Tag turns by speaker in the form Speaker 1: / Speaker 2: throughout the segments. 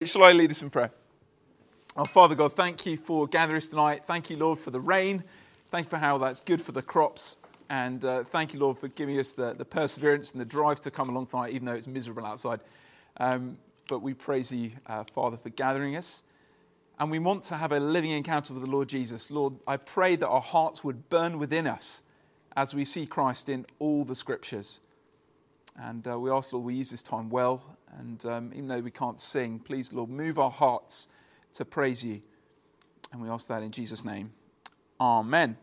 Speaker 1: Shall I lead us in prayer? Our Father God, thank you for gathering us tonight. Thank you, Lord, for the rain. Thank you for how that's good for the crops. And thank you, Lord, for giving us the perseverance and the drive to come along tonight, even though it's miserable outside. But we praise you, Father, for gathering us. And we want to have a living encounter with the Lord Jesus. Lord, I pray that our hearts would burn within us as we see Christ in all the Scriptures. And we ask, Lord, we use this time well. And even though we can't sing, please, Lord, move our hearts to praise you. And we ask that in Jesus' name. Amen.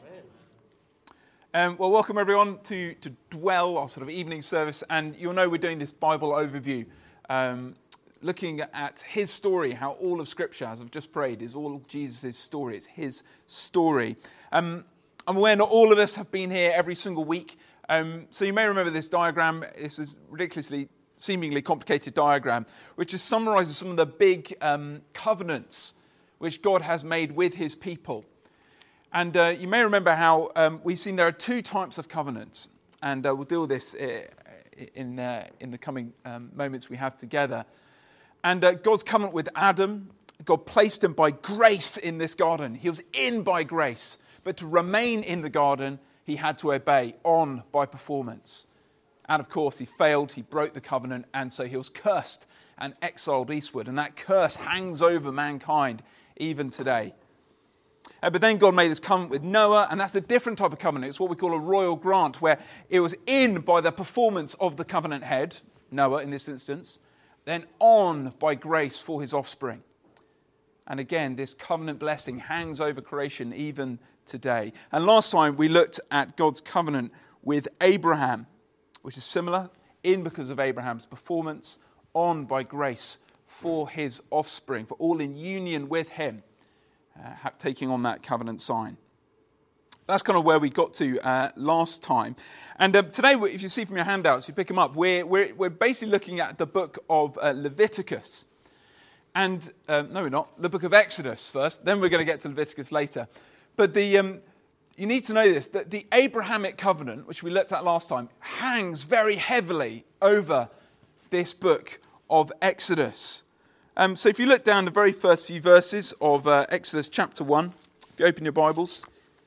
Speaker 1: Well, welcome everyone to Dwell, our sort of evening service. And you'll know we're doing this Bible overview, looking at his story, how all of Scripture, as I've just prayed, is all of Jesus' story. It's his story. I'm aware not all of us have been here every single week. So you may remember this diagram. This is seemingly complicated diagram, which just summarizes some of the big covenants which God has made with his people. And you may remember how we've seen there are two types of covenants. And we'll deal with this in the coming moments we have together. And God's covenant with Adam, God placed him by grace in this garden. He was in by grace. But to remain in the garden, he had to obey on by performance. And of course, he failed, he broke the covenant, and so he was cursed and exiled eastward. And that curse hangs over mankind even today. But then God made this covenant with Noah, and that's a different type of covenant. It's what we call a royal grant, where it was in by the performance of the covenant head, Noah in this instance, then on by grace for his offspring. And again, this covenant blessing hangs over creation even today. And last time we looked at God's covenant with Abraham, which is similar, in because of Abraham's performance, on by grace for his offspring, for all in union with him, taking on that covenant sign. That's kind of where we got to last time. And today, if you see from your handouts, if you pick them up, we're basically looking at the book of Leviticus. And, no we're not, the book of Exodus first, then we're going to get to Leviticus later. But you need to know this, that the Abrahamic covenant, which we looked at last time, hangs very heavily over this book of Exodus. So if you look down the very first few verses of Exodus chapter 1, if you open your Bibles.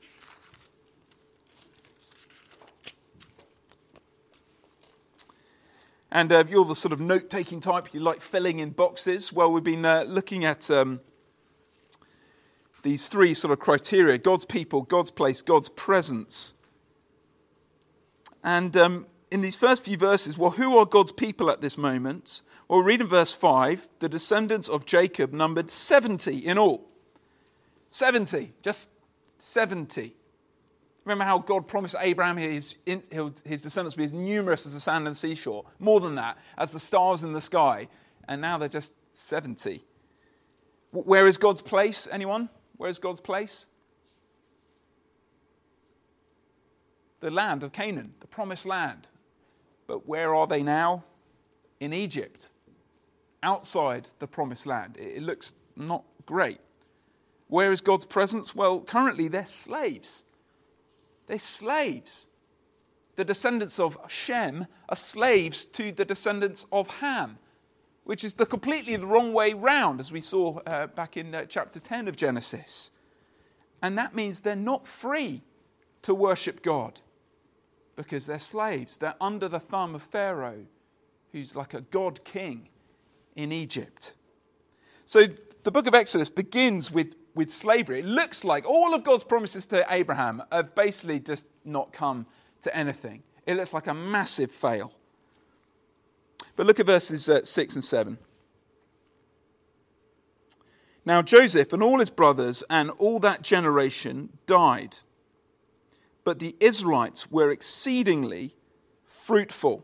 Speaker 1: And if you're the sort of note-taking type, you like filling in boxes, well, we've been looking at these three sort of criteria: God's people, God's place, God's presence. And in these first few verses, well, who are God's people at this moment? Well, read in verse 5, the descendants of Jacob numbered 70 in all. 70, just 70. Remember how God promised Abraham his descendants would be as numerous as the sand and the seashore. More than that, as the stars in the sky. And now they're just 70. Where is God's place, anyone? Where is God's place? The land of Canaan, the promised land. But where are they now? In Egypt, outside the promised land. It looks not great. Where is God's presence? Well, currently they're slaves. They're slaves. The descendants of Shem are slaves to the descendants of Ham, which is completely the wrong way round, as we saw back in chapter 10 of Genesis. And that means they're not free to worship God because they're slaves. They're under the thumb of Pharaoh, who's like a god king in Egypt. So the book of Exodus begins with slavery. It looks like all of God's promises to Abraham have basically just not come to anything. It looks like a massive fail. But look at verses 6 and 7. Now Joseph and all his brothers and all that generation died, but the Israelites were exceedingly fruitful.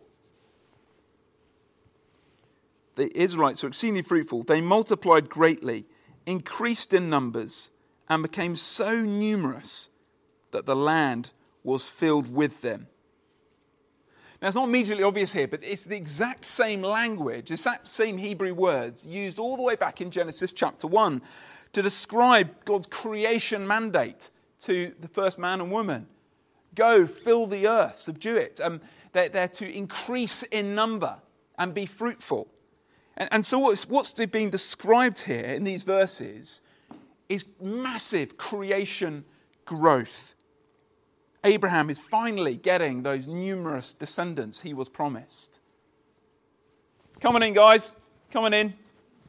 Speaker 1: The Israelites were exceedingly fruitful. They multiplied greatly, increased in numbers, and became so numerous that the land was filled with them. Now, it's not immediately obvious here, but it's the exact same language, the exact same Hebrew words used all the way back in Genesis chapter 1 to describe God's creation mandate to the first man and woman. Go, fill the earth, subdue it. They're to increase in number and be fruitful. And so what's being described here in these verses is massive creation growth. Abraham is finally getting those numerous descendants he was promised. Come on in, guys. Come on in.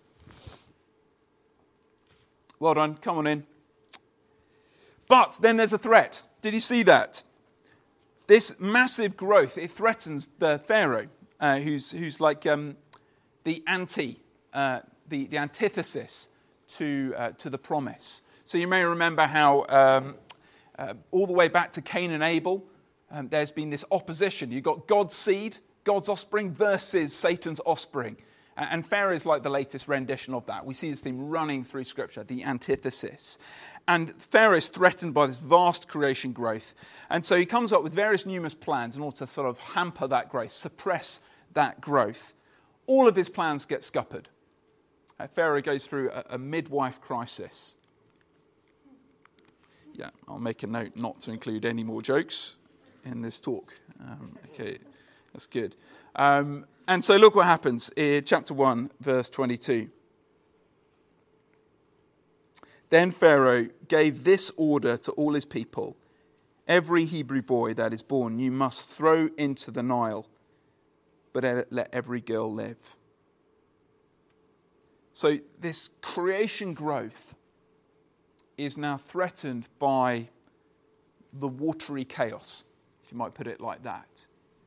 Speaker 1: Well done. Come on in. But then there's a threat. Did you see that? This massive growth, it threatens the Pharaoh, who's like the antithesis to the promise. So you may remember how all the way back to Cain and Abel, there's been this opposition. You've got God's seed, God's offspring versus Satan's offspring. And Pharaoh is like the latest rendition of that. We see this theme running through Scripture, the antithesis. And Pharaoh is threatened by this vast creation growth. And so he comes up with various numerous plans in order to sort of hamper that growth, suppress that growth. All of his plans get scuppered. Pharaoh goes through a midwife crisis. Yeah, I'll make a note not to include any more jokes in this talk. Okay, that's good. And so look what happens in chapter 1, verse 22. Then Pharaoh gave this order to all his people. Every Hebrew boy that is born you must throw into the Nile, but let every girl live. So this creation growth is now threatened by the watery chaos, if you might put it like that.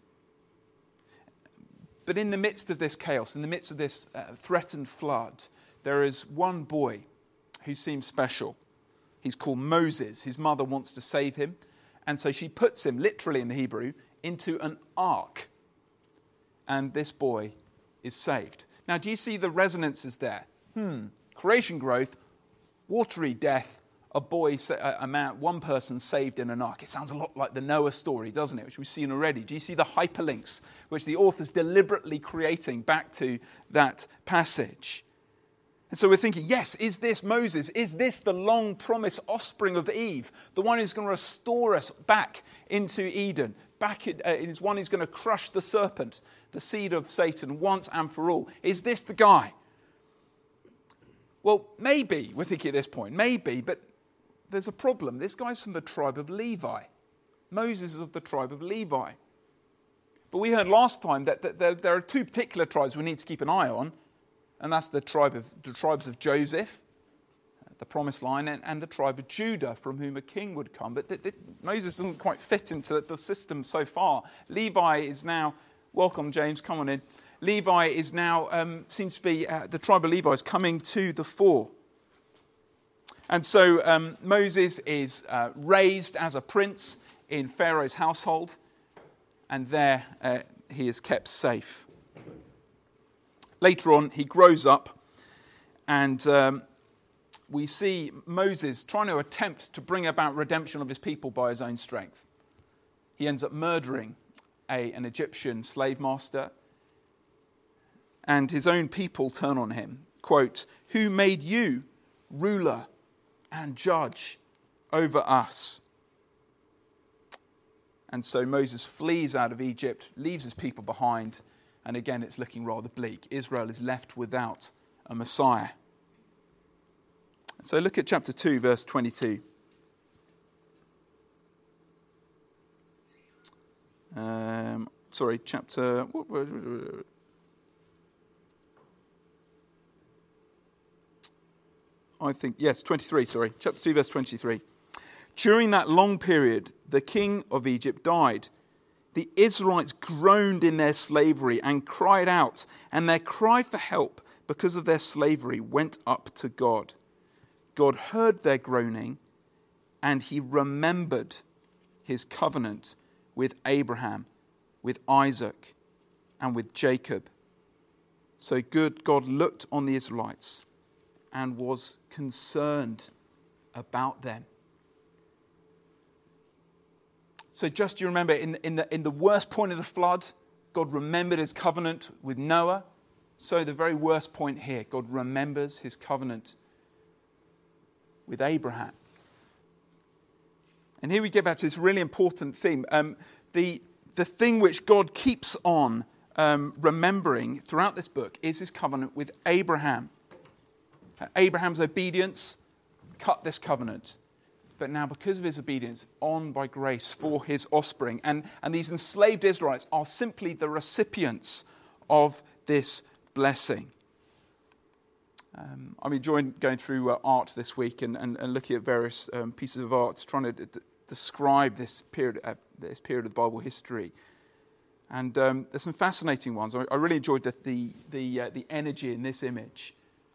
Speaker 1: But in the midst of this chaos, in the midst of this threatened flood, there is one boy who seems special. He's called Moses. His mother wants to save him. And so she puts him, literally in the Hebrew, into an ark. And this boy is saved. Now, do you see the resonances there? Creation growth, watery death, one person saved in an ark. It sounds a lot like the Noah story, doesn't it? Which we've seen already. Do you see the hyperlinks which the author's deliberately creating back to that passage? And so we're thinking, yes, is this Moses? Is this the long-promised offspring of Eve? The one who's going to restore us back into Eden? Is one who's going to crush the serpent, the seed of Satan, once and for all? Is this the guy? Well, maybe, we're thinking at this point, maybe, but there's a problem. This guy's from the tribe of Levi. Moses is of the tribe of Levi. But we heard last time that there are two particular tribes we need to keep an eye on, and that's the tribes of Joseph, the promised line, and the tribe of Judah, from whom a king would come. But Moses doesn't quite fit into the system so far. Levi is now, welcome James, come on in. Levi is now, seems to be, the tribe of Levi is coming to the fore. And so Moses is raised as a prince in Pharaoh's household, and there he is kept safe. Later on, he grows up, and we see Moses trying to attempt to bring about redemption of his people by his own strength. He ends up murdering an Egyptian slave master, and his own people turn on him. Quote, "Who made you ruler and judge over us?" And so Moses flees out of Egypt, leaves his people behind, and again it's looking rather bleak. Israel is left without a Messiah. So look at chapter 2, verse 22. Chapter... I think, yes, 23, sorry. Chapter 2, verse 23. During that long period, the king of Egypt died. The Israelites groaned in their slavery and cried out, and their cry for help because of their slavery went up to God. God heard their groaning, and he remembered his covenant with Abraham, with Isaac, and with Jacob. So God looked on the Israelites and was concerned about them. So just you remember, in the worst point of the flood, God remembered his covenant with Noah. So the very worst point here, God remembers his covenant with Abraham. And here we get back to this really important theme. The thing which God keeps on remembering throughout this book is his covenant with Abraham. Abraham's obedience cut this covenant. But now, because of his obedience, on by grace for his offspring. And these enslaved Israelites are simply the recipients of this blessing. I'm enjoying going through art this week and looking at various pieces of art, trying to describe this period of Bible history. And there's some fascinating ones. I really enjoyed the energy in this image.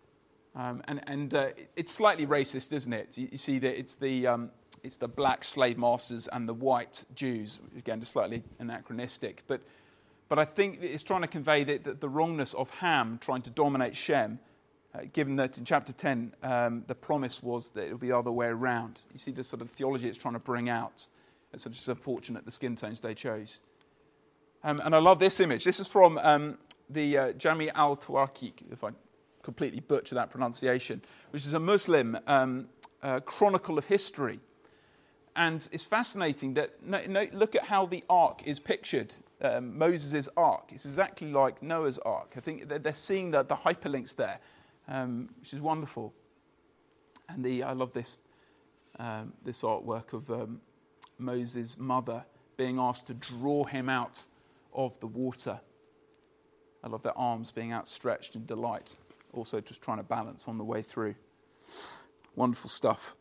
Speaker 1: It's slightly racist, isn't it? You see that it's the black slave masters and the white Jews. Again, just slightly anachronistic. But I think it's trying to convey the wrongness of Ham trying to dominate Shem, given that in chapter 10 the promise was that it would be the other way around. You see the sort of theology it's trying to bring out. It's just unfortunate the skin tones they chose. And I love this image. This is from the Jami al-Tawarqiq, if I completely butcher that pronunciation, which is a Muslim chronicle of history. And it's fascinating that, look at how the ark is pictured, Moses' ark. It's exactly like Noah's ark. I think they're seeing the hyperlinks there, which is wonderful. And I love this artwork of Moses' mother being asked to draw him out of the water. I love their arms being outstretched in delight. Also just trying to balance on the way through. Wonderful stuff.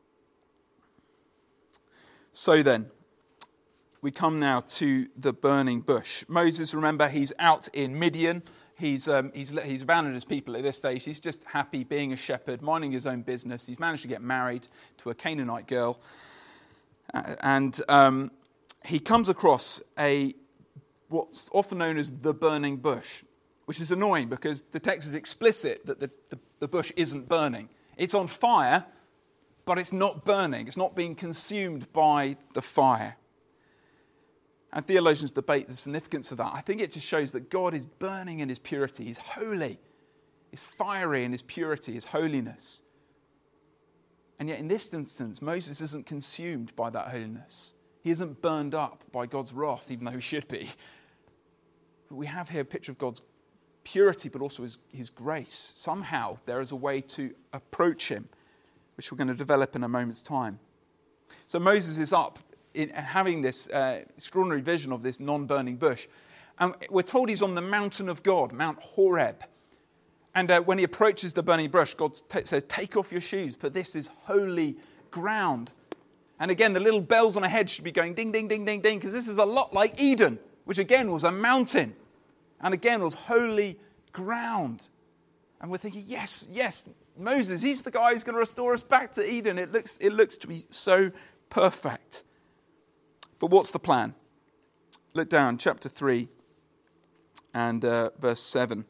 Speaker 1: So then, we come now to the burning bush. Moses, remember, he's out in Midian. He's abandoned his people at this stage. He's just happy being a shepherd, minding his own business. He's managed to get married to a Canaanite girl. And he comes across what's often known as the burning bush, which is annoying because the text is explicit that the bush isn't burning. It's on fire, but it's not burning. It's not being consumed by the fire. And theologians debate the significance of that. I think it just shows that God is burning in his purity. He's holy. He's fiery in his purity, his holiness. And yet in this instance, Moses isn't consumed by that holiness. He isn't burned up by God's wrath, even though he should be. But we have here a picture of God's purity, but also his grace. Somehow there is a way to approach him, which we're going to develop in a moment's time. So Moses is up in having this extraordinary vision of this non-burning bush. And we're told he's on the mountain of God, Mount Horeb. And when he approaches the burning bush, God says, "Take off your shoes, for this is holy ground." And again, the little bells on a head should be going ding, ding, ding, ding, ding, because this is a lot like Eden, which again was a mountain. And again was holy ground. And we're thinking, yes, Moses, he's the guy who's going to restore us back to Eden. It looks to be so perfect. But what's the plan? Look down, chapter 3 and verse 7.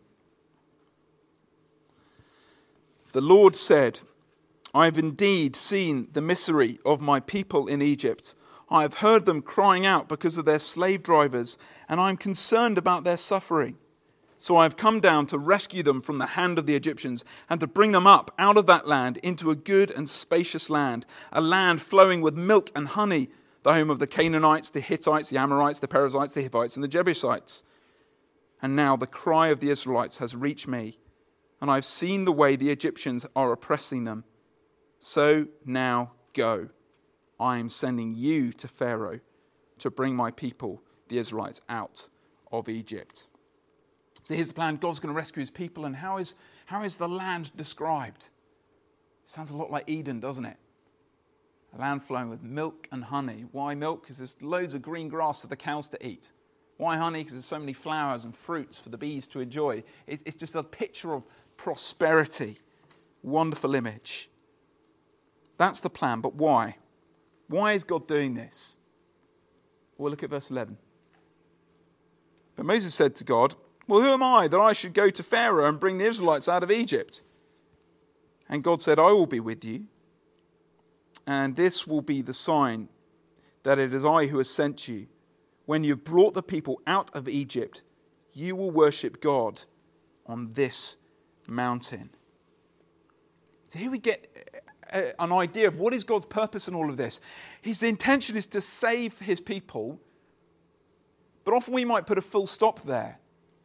Speaker 1: The Lord said, "I have indeed seen the misery of my people in Egypt. I have heard them crying out because of their slave drivers, and I am concerned about their suffering. So I have come down to rescue them from the hand of the Egyptians and to bring them up out of that land into a good and spacious land, a land flowing with milk and honey, the home of the Canaanites, the Hittites, the Amorites, the Perizzites, the Hivites, and the Jebusites. And now the cry of the Israelites has reached me, and I have seen the way the Egyptians are oppressing them. So now go. I am sending you to Pharaoh to bring my people, the Israelites, out of Egypt." So here's the plan. God's going to rescue his people. And how is the land described? Sounds a lot like Eden, doesn't it? A land flowing with milk and honey. Why milk? Because there's loads of green grass for the cows to eat. Why honey? Because there's so many flowers and fruits for the bees to enjoy. It's just a picture of prosperity. Wonderful image. That's the plan. But why? Why is God doing this? Well, look at verse 11. But Moses said to God, "Well, who am I that I should go to Pharaoh and bring the Israelites out of Egypt?" And God said, "I will be with you. And this will be the sign that it is I who has sent you. When you've brought the people out of Egypt, you will worship God on this mountain." So here we get an idea of what is God's purpose in all of this. His intention is to save his people, but often we might put a full stop there.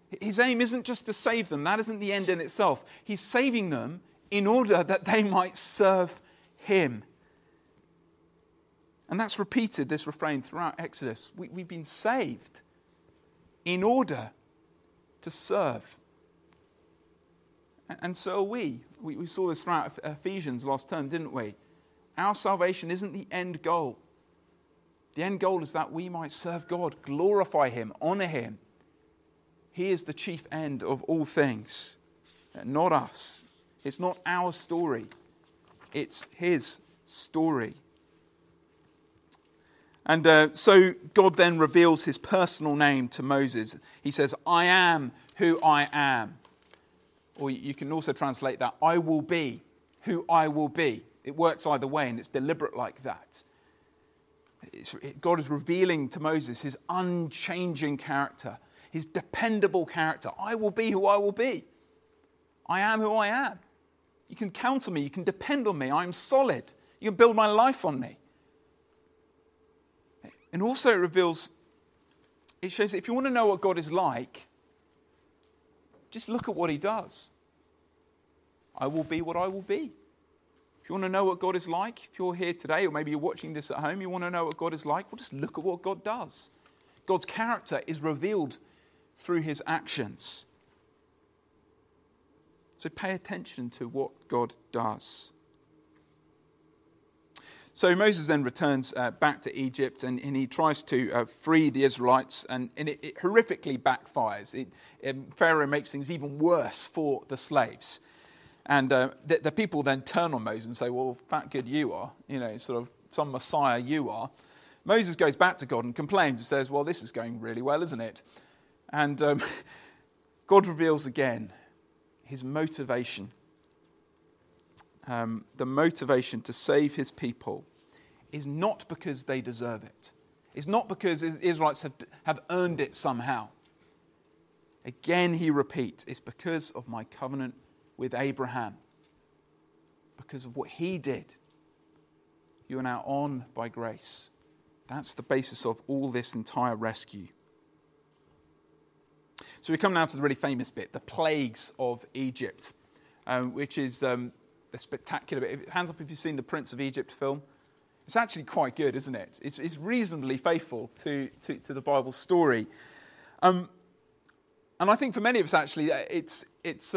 Speaker 1: His aim isn't just to save them. That isn't the end in itself. He's saving them in order that they might serve him. And that's repeated, this refrain, throughout Exodus. We've been saved in order to serve. And so are we. We saw this throughout Ephesians last term, didn't we? Our salvation isn't the end goal. The end goal is that we might serve God, glorify him, honor him. He is the chief end of all things, not us. It's not our story. It's his story. And so God then reveals his personal name to Moses. He says, I am who I am. Or you can also translate that, I will be who I will be. It works either way, and it's deliberate like that. God is revealing to Moses his unchanging character, his dependable character. I will be who I will be. I am who I am. You can count on me. You can depend on me. I am solid. You can build my life on me. And also it shows that if you want to know what God is like, just look at what he does. I will be what I will be. If you want to know what God is like, if you're here today, or maybe you're watching this at home, you want to know what God is like, well, just look at what God does. God's character is revealed through his actions. So pay attention to what God does. So Moses then returns back to Egypt and he tries to free the Israelites, and it horrifically backfires. Pharaoh makes things even worse for the slaves. And the people then turn on Moses and say, well, fat good you are, sort of some Messiah you are. Moses goes back to God and complains and says, well, this is going really well, isn't it? And God reveals again his motivation. The motivation to save his people is not because they deserve it. It's not because the Israelites have earned it somehow. Again, he repeats, it's because of my covenant with Abraham. Because of what he did. You are now on by grace. That's the basis of all this entire rescue. So we come now to the really famous bit, the plagues of Egypt, which is the spectacular bit. Hands up if you've seen the Prince of Egypt film. It's actually quite good, isn't it? It's reasonably faithful to the Bible story. And I think for many of us, actually, it does.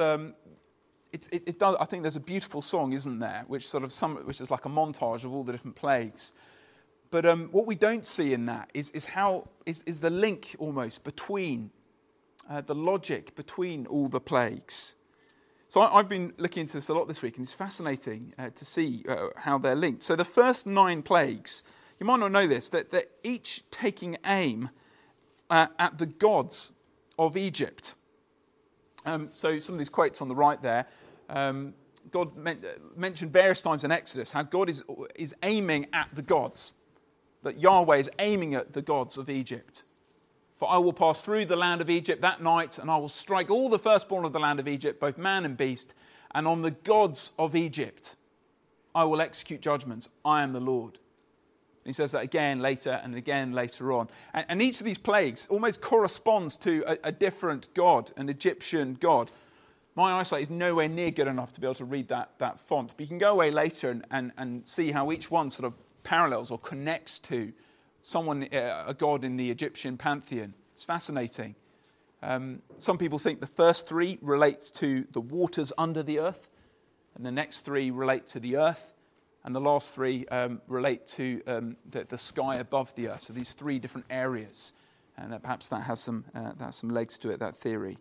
Speaker 1: I think there's a beautiful song, isn't there, which is like a montage of all the different plagues. But what we don't see in that is the link almost between the logic between all the plagues. So I've been looking into this a lot this week, and it's fascinating to see how they're linked. So the first 9 plagues, you might not know this, that they're each taking aim at the gods of Egypt. So some of these quotes on the right there, God mentioned various times in Exodus how God is aiming at the gods, that Yahweh is aiming at the gods of Egypt. For I will pass through the land of Egypt that night, and I will strike all the firstborn of the land of Egypt, both man and beast, and on the gods of Egypt I will execute judgments. I am the Lord. And he says that again later and again later on. And each of these plagues almost corresponds to a different god, an Egyptian god. My eyesight is nowhere near good enough to be able to read that font. But you can go away later and see how each one sort of parallels or connects to a god in the Egyptian pantheon. It's fascinating. Some people think the first 3 relate to the waters under the earth, and the next 3 relate to the earth, and the last 3 relate to the sky above the earth. So these 3 different areas, and perhaps that has some legs to it, that theory.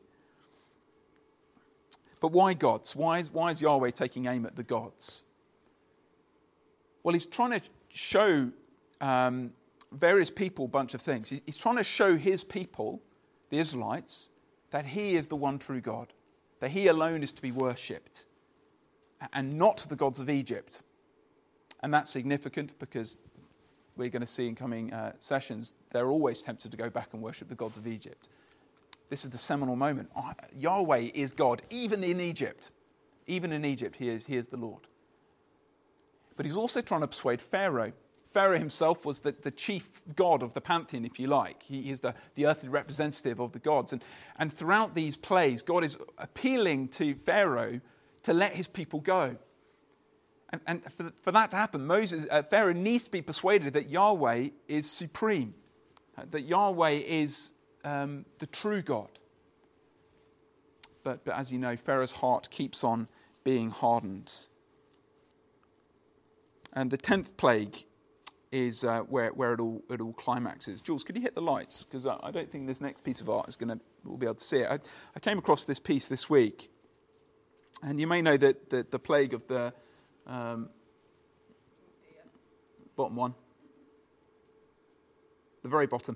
Speaker 1: But why gods? Why is Yahweh taking aim at the gods? Well, he's trying to show various people a bunch of things. He's trying to show his people, the Israelites, that he is the one true God, that he alone is to be worshipped, and not the gods of Egypt. And that's significant because we're going to see in coming sessions, they're always tempted to go back and worship the gods of Egypt. This is the seminal moment. Yahweh is God, even in Egypt. Even in Egypt, he is the Lord. But he's also trying to persuade Pharaoh. Pharaoh himself was the chief god of the pantheon, if you like. He is the earthly representative of the gods. And throughout these plays, God is appealing to Pharaoh to let his people go. And for that to happen, Pharaoh needs to be persuaded that Yahweh is supreme, that Yahweh is the true God. But as you know, Pharaoh's heart keeps on being hardened. And the 10th plague is where it all climaxes. Jules, could you hit the lights? Because I don't think this next piece of art we'll be able to see it. I came across this piece this week, and you may know that the plague of the bottom one, the very bottom.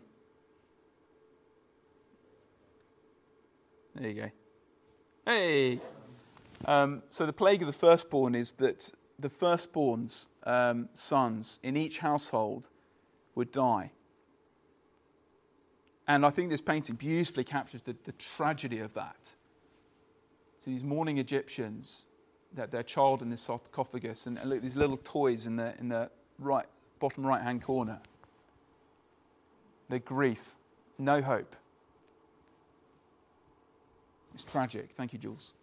Speaker 1: There you go. Hey! So the plague of the firstborn is that the firstborn's sons in each household would die. And I think this painting beautifully captures the tragedy of that. So these mourning Egyptians, that their child in this sarcophagus, and look, these little toys in the right bottom right-hand corner. Their grief, no hope. It's tragic. Thank you, Jules.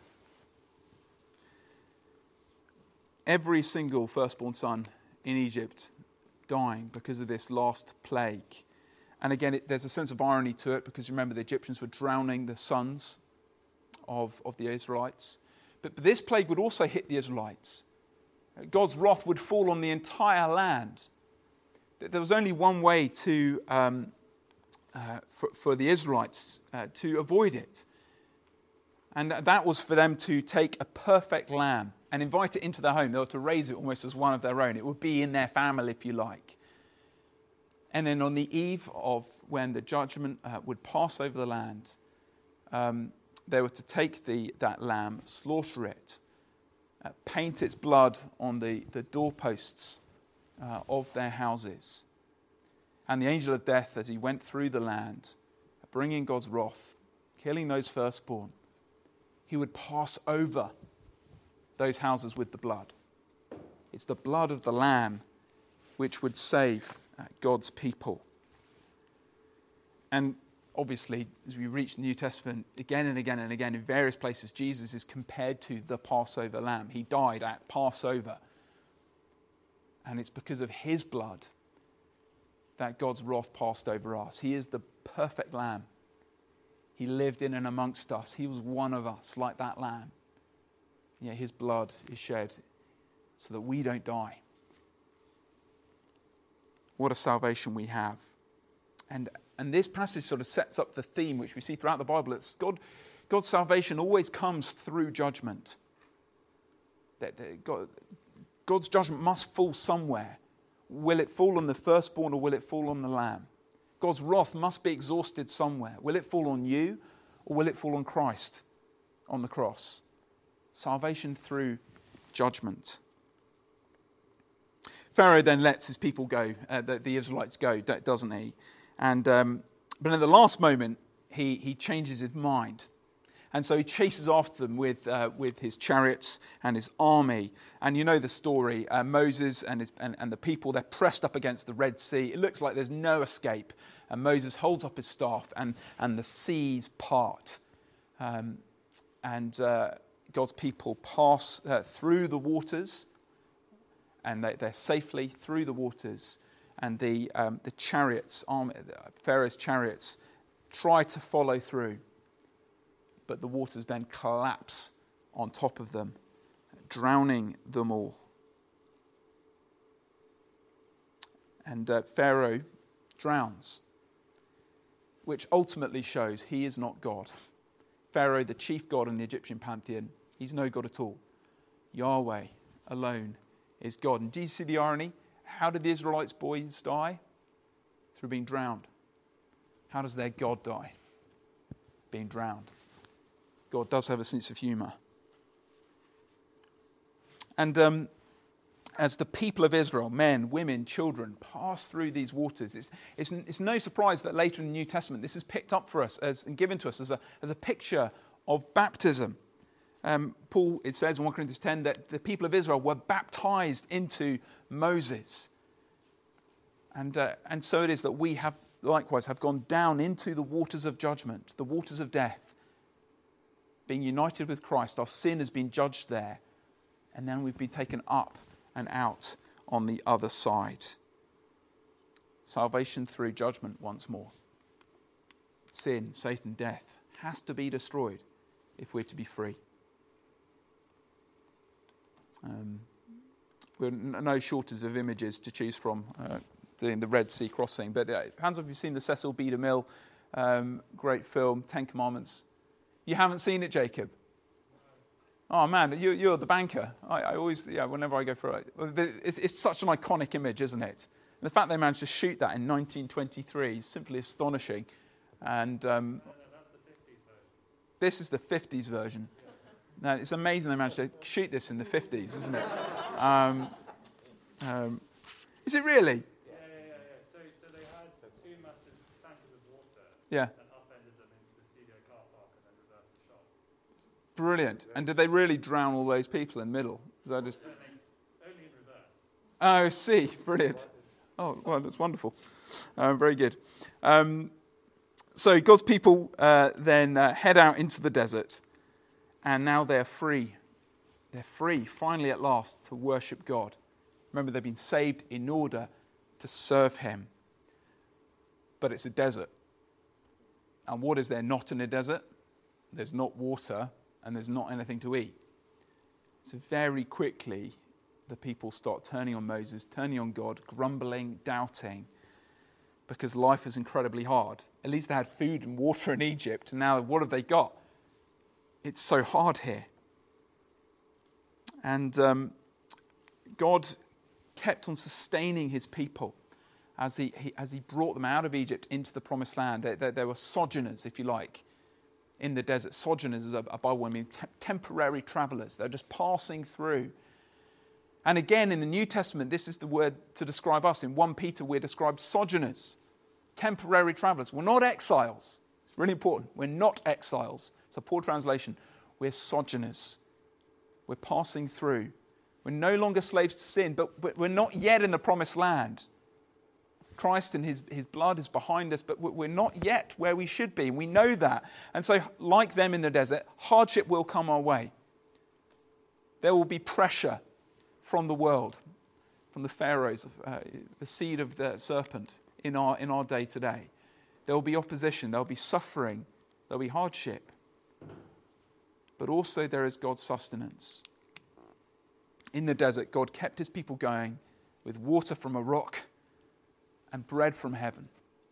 Speaker 1: Every single firstborn son in Egypt dying because of this last plague. And again, there's a sense of irony to it, because remember, the Egyptians were drowning the sons of the Israelites. But this plague would also hit the Israelites. God's wrath would fall on the entire land. There was only one way for the Israelites to avoid it. And that was for them to take a perfect lamb and invite it into their home. They were to raise it almost as one of their own. It would be in their family, if you like. And then on the eve of when the judgment would pass over the land, they were to take that lamb, slaughter it, paint its blood on the doorposts of their houses. And the angel of death, as he went through the land, bringing God's wrath, killing those firstborn, he would pass over those houses with the blood. It's the blood of the Lamb which would save God's people. And obviously, as we reach the New Testament, again and again and again, in various places, Jesus is compared to the Passover Lamb. He died at Passover. And it's because of his blood that God's wrath passed over us. He is the perfect Lamb. He lived in and amongst us. He was one of us, like that lamb. Yeah, his blood is shed so that we don't die. What a salvation we have. And this passage sort of sets up the theme which we see throughout the Bible. It's God's salvation always comes through judgment. God's judgment must fall somewhere. Will it fall on the firstborn or will it fall on the lamb? God's wrath must be exhausted somewhere. Will it fall on you or will it fall on Christ on the cross? Salvation through judgment. Pharaoh then lets his people go, the Israelites go, doesn't he? And but in the last moment, he changes his mind. And so he chases after them with his chariots and his army. And you know the story. Moses and the people, they're pressed up against the Red Sea. It looks like there's no escape. And Moses holds up his staff and the seas part. And God's people pass through the waters. And they're safely through the waters. And the chariots, Pharaoh's chariots, try to follow through. But the waters then collapse on top of them, drowning them all. And Pharaoh drowns, which ultimately shows he is not God. Pharaoh, the chief god in the Egyptian pantheon, he's no God at all. Yahweh alone is God. And do you see the irony? How did the Israelites' boys die? Through being drowned. How does their God die? Being drowned. God does have a sense of humour. And as the people of Israel, men, women, children, pass through these waters, it's no surprise that later in the New Testament this is picked up for us and given to us as a picture of baptism. Paul, it says in 1 Corinthians 10 that the people of Israel were baptized into Moses. And so it is that we have likewise have gone down into the waters of judgment, the waters of death. Being united with Christ, our sin has been judged there. And then we've been taken up and out on the other side. Salvation through judgment once more. Sin, Satan, death has to be destroyed if we're to be free. We're no shortage of images to choose from in the Red Sea crossing. But hands up if you've seen the Cecil B. DeMille great film, Ten Commandments. You haven't seen it, Jacob? Oh man, you're the banker. I always, whenever I go for it, it's such an iconic image, isn't it? And the fact they managed to shoot that in 1923 is simply astonishing. And
Speaker 2: that's the 50s version.
Speaker 1: This is the 50s version. Now, it's amazing they managed to shoot this in the 50s, isn't it? Is it really?
Speaker 2: Yeah. So they had two massive tankers of water
Speaker 1: Yeah.
Speaker 2: and upended them into the studio car park and then reversed the shot.
Speaker 1: Brilliant. And did they really drown all those people in the middle? Is that just...
Speaker 2: Only in reverse.
Speaker 1: Oh, see. Brilliant. Oh, well, that's wonderful. Very good. So God's people then head out into the desert, and now they're free. They're free, finally at last, to worship God. Remember, they've been saved in order to serve him. But it's a desert. And what is there not in a desert? There's not water, and there's not anything to eat. So very quickly, the people start turning on Moses, turning on God, grumbling, doubting, because life is incredibly hard. At least they had food and water in Egypt, and now what have they got? It's so hard here. And God kept on sustaining his people as he brought them out of Egypt into the promised land. There were sojourners, if you like, in the desert. Sojourners is a Bible word, meaning temporary travelers. They're just passing through. And again, in the New Testament, this is the word to describe us. In 1 Peter, we're described sojourners, temporary travelers. We're not exiles. It's really important. We're not exiles. It's a poor translation. We're sojourners. We're passing through. We're no longer slaves to sin, but we're not yet in the promised land. Christ and his blood is behind us, but we're not yet where we should be, and we know that. And so, like them in the desert, hardship will come our way. There will be pressure from the world, from the pharaohs, the seed of the serpent in our day today. There will be opposition, there will be suffering, there will be hardship. But also there is God's sustenance. In the desert, God kept his people going with water from a rock and bread from heaven.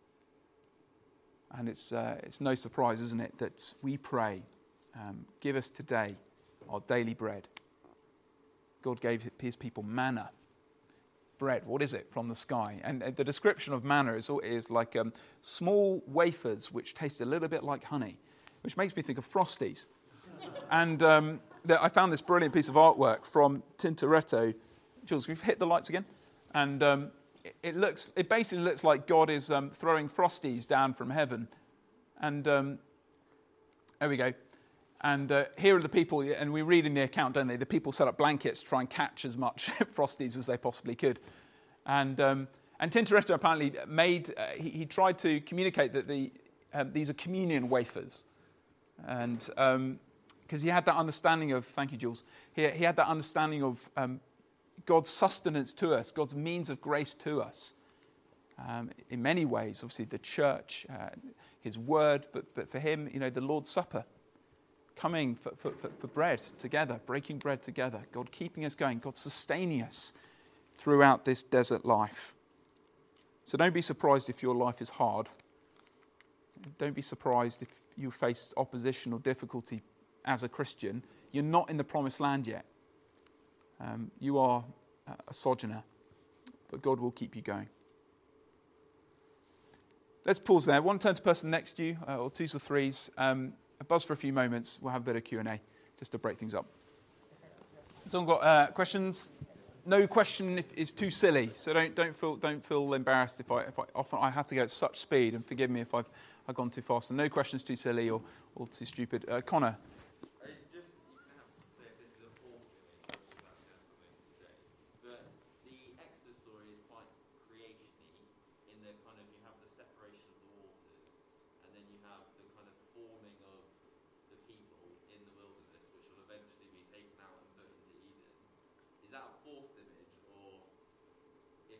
Speaker 1: And it's no surprise, isn't it, that we pray, give us today our daily bread. God gave his people manna, bread. What is it? From the sky. And the description of manna is like small wafers which taste a little bit like honey, which makes me think of Frosties. And I found this brilliant piece of artwork from Tintoretto. Jules, can you hit the lights again? And it basically looks like God is throwing Frosties down from heaven. And there we go. And here are the people, and we read in the account, don't they? The people set up blankets to try and catch as much Frosties as they possibly could. And Tintoretto apparently he tried to communicate that these are communion wafers. And because he had that understanding of, thank you, Jules, he had that understanding of God's sustenance to us, God's means of grace to us. In many ways, obviously the church, his word, but for him, the Lord's Supper. Coming for bread together, breaking bread together, God keeping us going, God sustaining us throughout this desert life. So don't be surprised if your life is hard. Don't be surprised if you face opposition or difficulty as a Christian. You're not in the promised land yet. You are a sojourner, but God will keep you going. Let's pause there. I want to turn to the person next to you, or twos or threes. Buzz for a few moments. We'll have a bit of Q&A just to break things up. Someone got questions? No question is too silly, so don't feel embarrassed if I often I have to go at such speed, and forgive me if I've gone too fast. And no questions too silly or too stupid. Connor.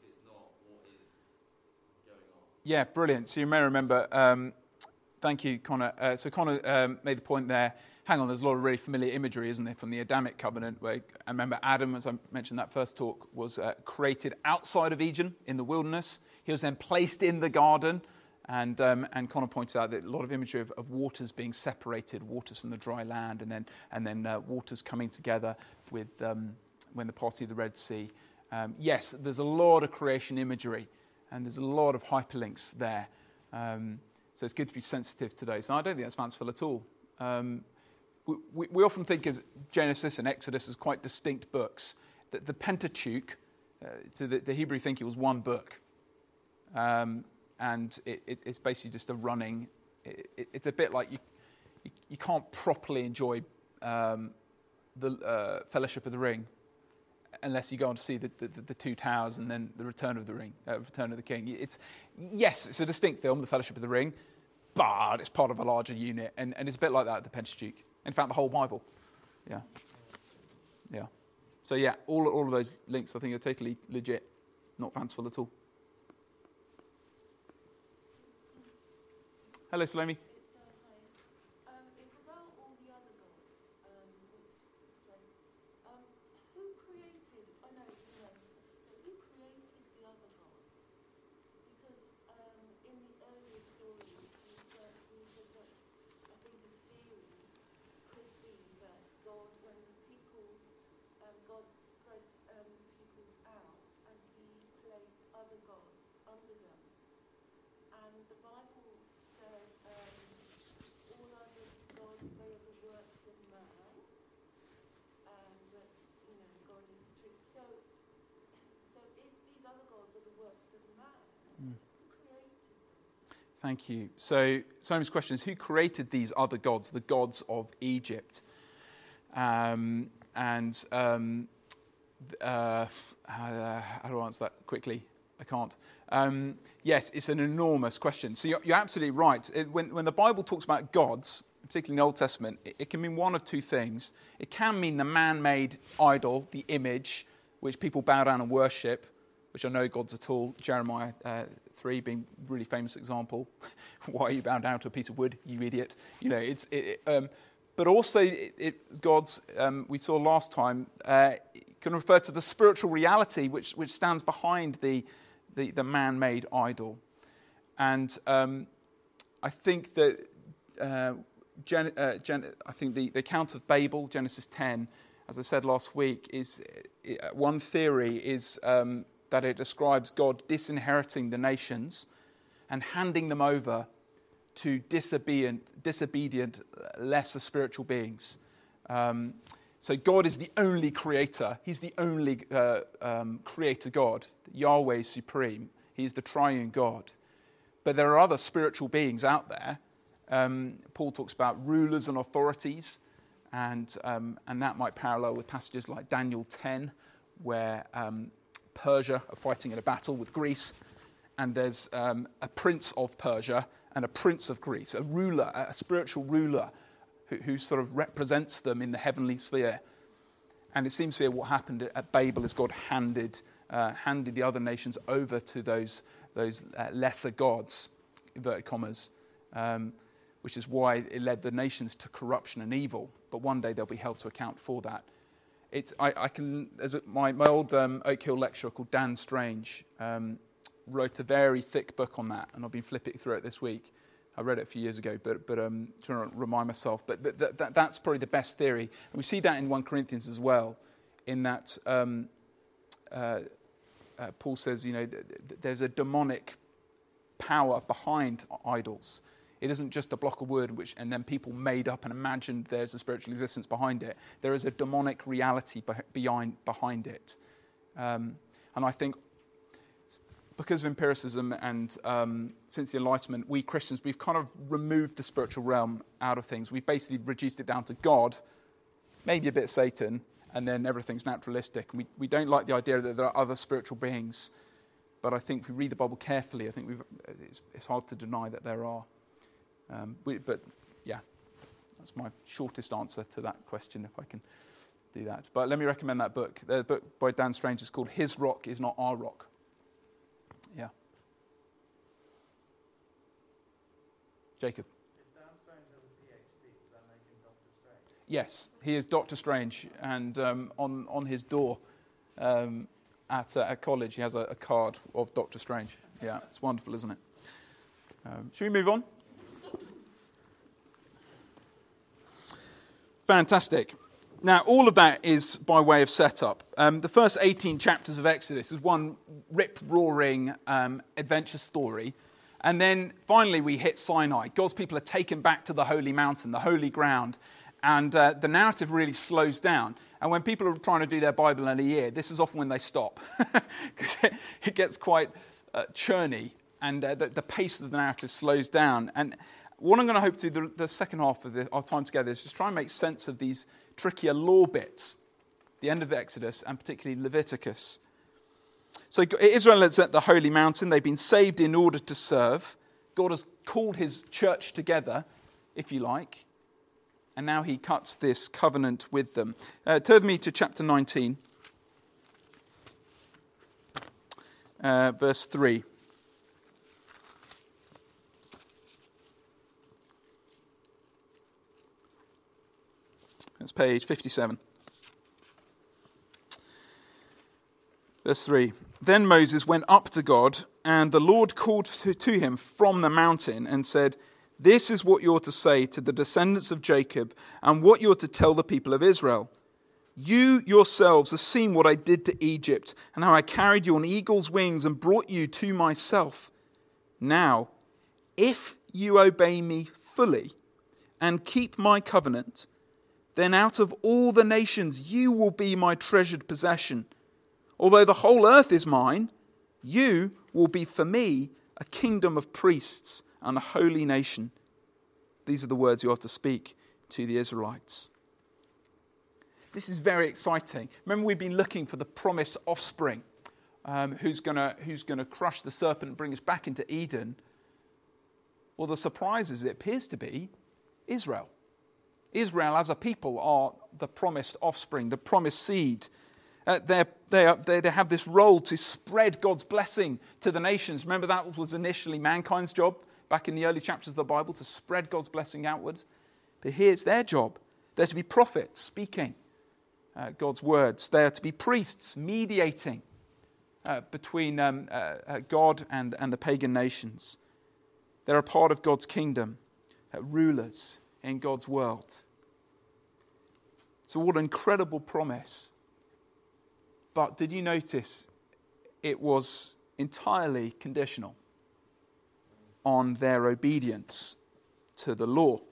Speaker 3: it's not what is going on.
Speaker 1: Yeah, brilliant. So you may remember, thank you, Connor. So Connor made the point there, hang on, there's a lot of really familiar imagery, isn't there, from the Adamic covenant, where I remember Adam, as I mentioned that first talk, was created outside of Eden in the wilderness. He was then placed in the garden, and Connor pointed out that a lot of imagery of waters being separated, waters from the dry land, and then waters coming together with when the party of the Red Sea. Yes, there's a lot of creation imagery, and there's a lot of hyperlinks there. So it's good to be sensitive to those. And I don't think that's fanciful at all. We often think of Genesis and Exodus as quite distinct books. The Pentateuch, to the Hebrew thinking, was one book. And it's basically just a running... It's a bit like you can't properly enjoy the Fellowship of the Ring unless you go on to see the Two Towers and then the Return of the Ring, Return of the King. It's a distinct film, the Fellowship of the Ring, but it's part of a larger unit, and it's a bit like that at the Pentateuch. In fact, the whole Bible. Yeah. So yeah, all of those links I think are totally legit, not fanciful at all. Hello, Salome.
Speaker 4: It's about all the other gods, who created, I know you know, but who created the other gods? Because in the earlier stories, we said that I think the theory could be that God, when God spread peoples out, and he placed other gods under them. And the Bible says all other gods, they are the works of man, and that, God is the truth. So if these other gods are the works of man, who created them?
Speaker 1: Thank you. So Salome's question is, who created these other gods, the gods of Egypt? How do I answer that quickly? I can't. Yes, it's an enormous question. So you're absolutely right. When the Bible talks about gods, particularly in the Old Testament, it can mean one of two things. It can mean the man-made idol, the image, which people bow down and worship, which are no gods at all. Jeremiah 3 being a really famous example. Why are you bowing down to a piece of wood, you idiot? But also gods, we saw last time, can refer to the spiritual reality which stands behind the man-made idol. And I think that I think the account of Babel, Genesis 10, as I said last week, is one theory is that it describes God disinheriting the nations and handing them over to disobedient, lesser spiritual beings. So God is the only creator. He's the only creator God. Yahweh is supreme. He's the triune God. But there are other spiritual beings out there. Paul talks about rulers and authorities, and that might parallel with passages like Daniel 10, where Persia are fighting in a battle with Greece, and there's a prince of Persia and a prince of Greece, a ruler, a spiritual ruler, who sort of represents them in the heavenly sphere. And it seems to be what happened at Babel is God handed the other nations over to those lesser gods, inverted commas, which is why it led the nations to corruption and evil. But one day they'll be held to account for that. My old Oak Hill lecturer called Dan Strange wrote a very thick book on that, and I've been flipping through it this week. I read it a few years ago, but trying to remind myself. But that's probably the best theory. And we see that in 1 Corinthians as well, in that Paul says, there's a demonic power behind idols. It isn't just a block of wood, and then people made up and imagined there's a spiritual existence behind it. There is a demonic reality behind it. And I think because of empiricism and since the Enlightenment, we Christians, we've kind of removed the spiritual realm out of things. We've basically reduced it down to God, maybe a bit of Satan, and then everything's naturalistic. And we don't like the idea that there are other spiritual beings. But I think if we read the Bible carefully, I think it's hard to deny that there are. But yeah, that's my shortest answer to that question, if I can do that. But let me recommend that book. The book by Dan Strange is called His Rock is Not Our Rock. Yeah. Jacob.
Speaker 2: If Dan Strange has a PhD, does that make him Doctor Strange?
Speaker 1: Yes, he is Dr. Strange, and on his door at college he has a card of Dr. Strange. Yeah, it's wonderful, isn't it? Should we move on? Fantastic. Now, all of that is by way of setup. The first 18 chapters of Exodus is one rip-roaring adventure story. And then finally we hit Sinai. God's people are taken back to the holy mountain, the holy ground. And the narrative really slows down. And when people are trying to do their Bible in a year, this is often when they stop. Because it gets quite churny. And the pace of the narrative slows down. And what I'm going to hope to do the second half of our time together is just try and make sense of these trickier law bits. The end of Exodus and particularly Leviticus. So Israel is at the holy mountain. They've been saved in order to serve. God has called his church together, if you like. And now he cuts this covenant with them. Turn with me to chapter 19, verse 3. That's page 57. Verse 3. Then Moses went up to God, and the Lord called to him from the mountain and said, "This is what you're to say to the descendants of Jacob, and what you're to tell the people of Israel. You yourselves have seen what I did to Egypt, and how I carried you on eagle's wings and brought you to myself. Now, if you obey me fully and keep my covenant, then out of all the nations you will be my treasured possession. Although the whole earth is mine, you will be for me a kingdom of priests and a holy nation." These are the words you are to speak to the Israelites. This is very exciting. Remember, we've been looking for the promised offspring who's going to crush the serpent and bring us back into Eden. Well, the surprise is it appears to be Israel. Israel as a people are the promised offspring, the promised seed. They have this role to spread God's blessing to the nations. Remember, that was initially mankind's job back in the early chapters of the Bible, to spread God's blessing outward. But here's their job. They're to be prophets, speaking God's words. They are to be priests, mediating between God and the pagan nations. They're a part of God's kingdom, rulers in God's world. So what an incredible promise. But did you notice it was entirely conditional on their obedience to the law?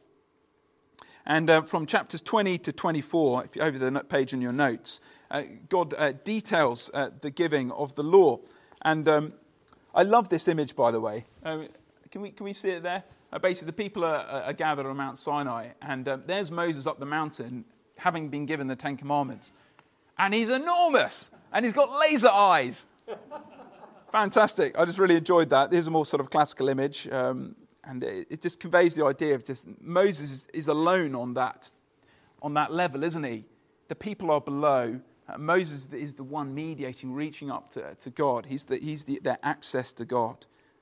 Speaker 1: And from chapters 20 to 24, if you're over the page in your notes, God details the giving of the law. And I love this image, by the way. Can we see it there? Basically, the people are gathered on Mount Sinai, and there's Moses up the mountain, having been given the Ten Commandments. And he's enormous, and he's got laser eyes. Fantastic. I just really enjoyed that. Here's a more sort of classical image, and it just conveys the idea of just Moses is alone on that level, isn't he? The people are below. Moses is the one mediating, reaching up to God. He's their access to God.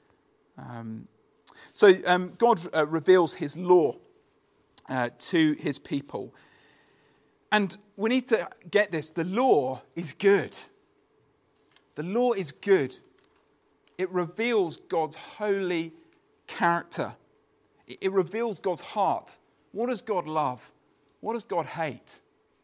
Speaker 1: So God reveals his law to his people. And we need to get this. The law is good. The law is good. It reveals God's holy character. It reveals God's heart. What does God love? What does God hate?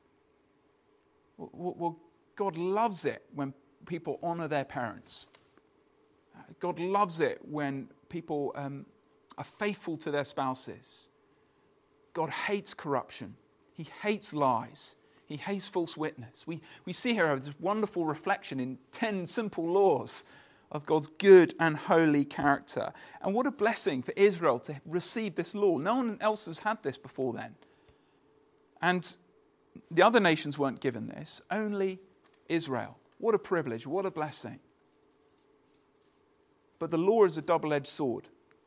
Speaker 1: Well, God loves it when people honor their parents. God loves it when people are faithful to their spouses. God hates corruption. He hates lies. He hates false witness. We see here this wonderful reflection in 10 simple laws of God's good and holy character. And what a blessing for Israel to receive this law. No one else has had this before then. And the other nations weren't given this, only Israel. What a privilege, what a blessing. But the law is a double-edged sword.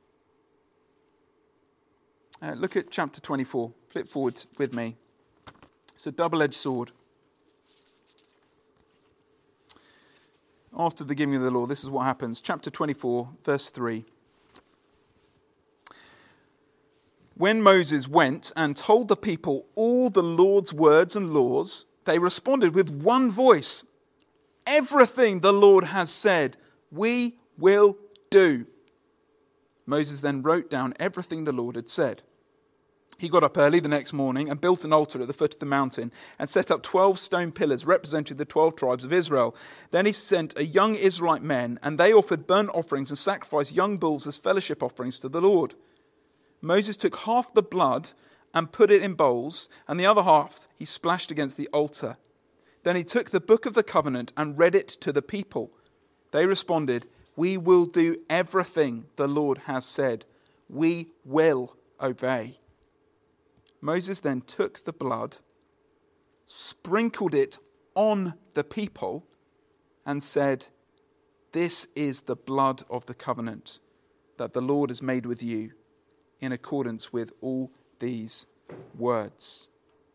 Speaker 1: Look at chapter 24. Flip forward with me. It's a double-edged sword. After the giving of the law, this is what happens. Chapter 24, verse 3. When Moses went and told the people all the Lord's words and laws, they responded with one voice, "Everything the Lord has said, we will do." Moses then wrote down everything the Lord had said. He got up early the next morning and built an altar at the foot of the mountain and set up 12 stone pillars representing the 12 tribes of Israel. Then he sent a young Israelite men, and they offered burnt offerings and sacrificed young bulls as fellowship offerings to the Lord. Moses took half the blood and put it in bowls, and the other half he splashed against the altar. Then he took the book of the covenant and read it to the people. They responded, "We will do everything the Lord has said. We will obey." Moses then took the blood, sprinkled it on the people, and said, "This is the blood of the covenant that the Lord has made with you in accordance with all these words."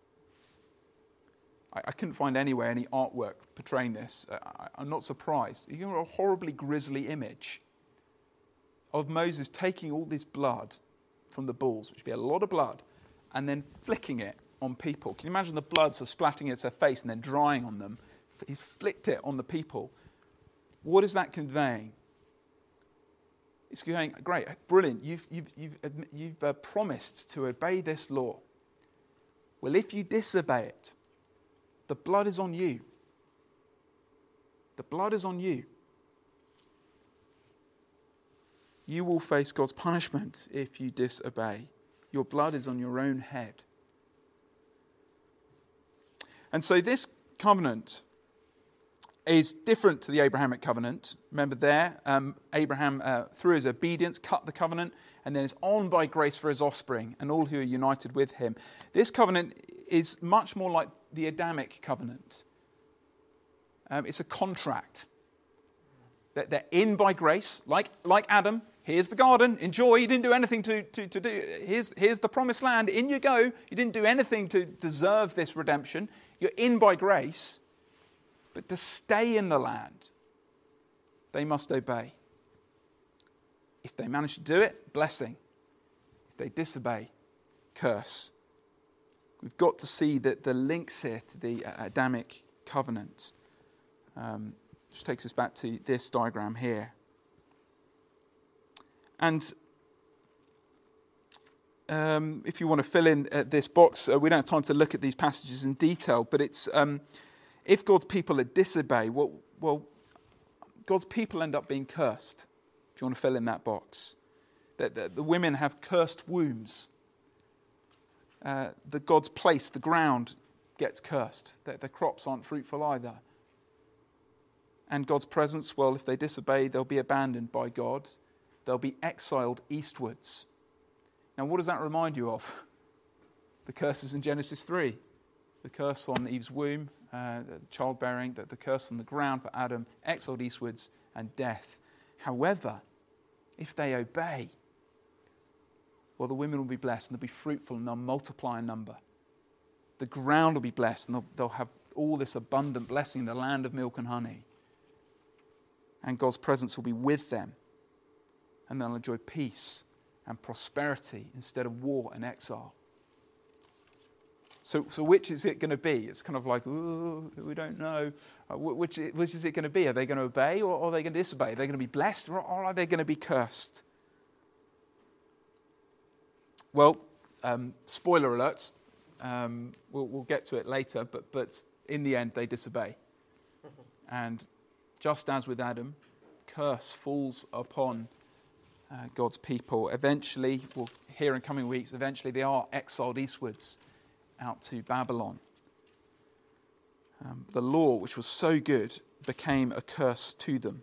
Speaker 1: I couldn't find anywhere any artwork portraying this. I'm not surprised. You have a horribly grisly image of Moses taking all this blood from the bulls, which would be a lot of blood, and then flicking it on people. Can you imagine the blood sort of splatting against their face and then drying on them? He's flicked it on the people. What is that conveying? It's going, great, brilliant. You've promised to obey this law. Well, if you disobey it, the blood is on you. The blood is on you. You will face God's punishment if you disobey. Your blood is on your own head. And so this covenant is different to the Abrahamic covenant. Remember there, Abraham, through his obedience, cut the covenant, and then is on by grace for his offspring and all who are united with him. This covenant is much more like the Adamic covenant. It's a contract. That they're in by grace, like Adam. Here's the garden, enjoy. You didn't do anything to do. Here's the promised land, in you go. You didn't do anything to deserve this redemption. You're in by grace. But to stay in the land, they must obey. If they manage to do it, blessing. If they disobey, curse. We've got to see that the links here to the Adamic covenant. Which takes us back to this diagram here. And if you want to fill in this box, we don't have time to look at these passages in detail, but it's if God's people disobey, well, God's people end up being cursed, if you want to fill in that box. The women have cursed wombs. God's place, the ground, gets cursed. The crops aren't fruitful either. And God's presence, well, if they disobey, they'll be abandoned by God. They'll be exiled eastwards. Now, what does that remind you of? The curses in Genesis 3. The curse on Eve's womb, childbearing, the curse on the ground for Adam, exiled eastwards, and death. However, if they obey, well, the women will be blessed, and they'll be fruitful, and they'll multiply in number. The ground will be blessed, and they'll have all this abundant blessing in the land of milk and honey. And God's presence will be with them. And they'll enjoy peace and prosperity instead of war and exile. So which is it going to be? It's kind of like, ooh, we don't know. Which is it going to be? Are they going to obey or are they going to disobey? Are they going to be blessed or are they going to be cursed? Well, spoiler alerts. We'll get to it later, but in the end, they disobey. And just as with Adam, curse falls upon God's people. Eventually, we'll hear in coming weeks, eventually they are exiled eastwards out to Babylon. The law, which was so good, became a curse to them.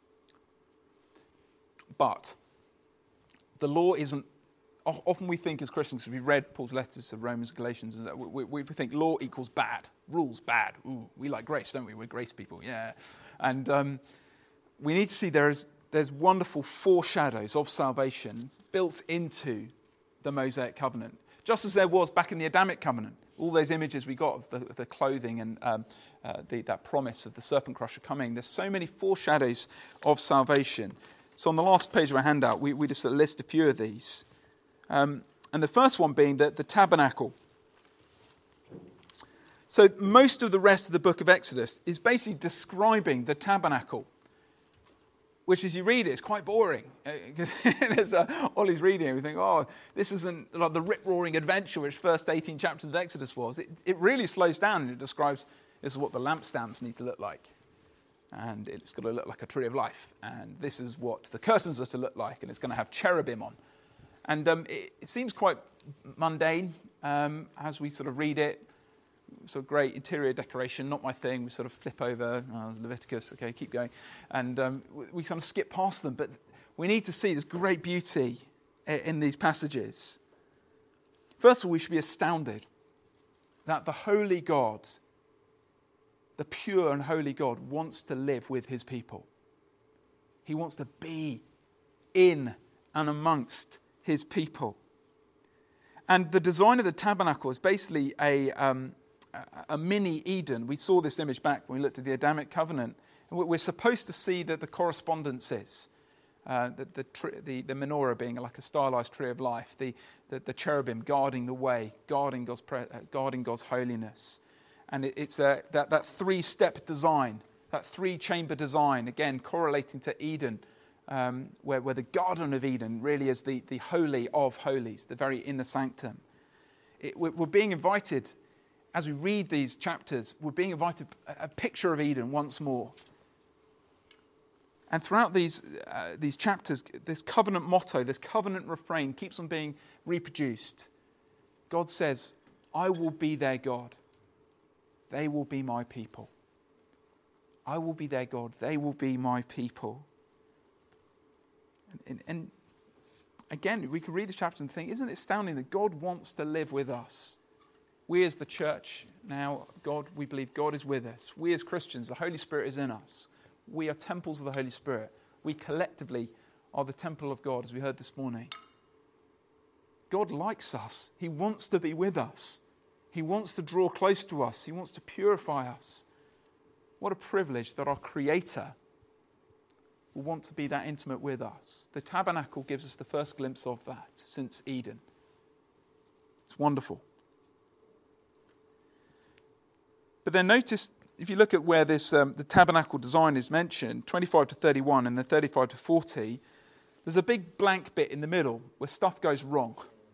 Speaker 1: But the law isn't, often we think as Christians, because we read Paul's letters to Romans and Galatians, we think law equals bad, rules bad. Ooh, we like grace, don't we? We're grace people, yeah. And we need to see there's wonderful foreshadows of salvation built into the Mosaic covenant. Just as there was back in the Adamic covenant, All those images we got of the clothing and that promise of the serpent crusher coming. There's so many foreshadows of salvation. So on the last page of our handout, we just list a few of these. And the first one being the tabernacle. So most of the rest of the book of Exodus is basically describing the tabernacle, which as you read it is quite boring. Because Ollie's reading it, we think, oh, this isn't like the rip-roaring adventure which first 18 chapters of Exodus was. It really slows down and it describes this is what the lampstands need to look like. And it's got to look like a tree of life. And this is what the curtains are to look like. And it's going to have cherubim on. And it seems quite mundane as we sort of read it. Sort of great interior decoration, not my thing. We sort of flip over Leviticus, okay, keep going. And we kind of skip past them. But we need to see this great beauty in these passages. First of all, we should be astounded that the holy God, the pure and holy God, wants to live with his people. He wants to be in and amongst his people. And the design of the tabernacle is basically a mini Eden. We saw this image back when we looked at the Adamic covenant. And we're supposed to see that the correspondences, the menorah being like a stylized tree of life, the cherubim guarding the way, guarding God's holiness. And it's that three-step design, that three-chamber design, again, correlating to Eden, where the Garden of Eden really is the holy of holies, the very inner sanctum. We're being invited, as we read these chapters, we're being invited a picture of Eden once more. And throughout these chapters, this covenant motto, this covenant refrain keeps on being reproduced. God says, I will be their God. They will be my people. I will be their God. They will be my people. And again, we can read this chapter and think, isn't it astounding that God wants to live with us? We as the church now, we believe God is with us. We as Christians, the Holy Spirit is in us. We are temples of the Holy Spirit. We collectively are the temple of God, as we heard this morning. God likes us. He wants to be with us. He wants to draw close to us. He wants to purify us. What a privilege that our Creator will want to be that intimate with us. The tabernacle gives us the first glimpse of that since Eden. It's wonderful. But then notice, if you look at where this the tabernacle design is mentioned, 25 to 31 and then 35 to 40, there's a big blank bit in the middle where stuff goes wrong,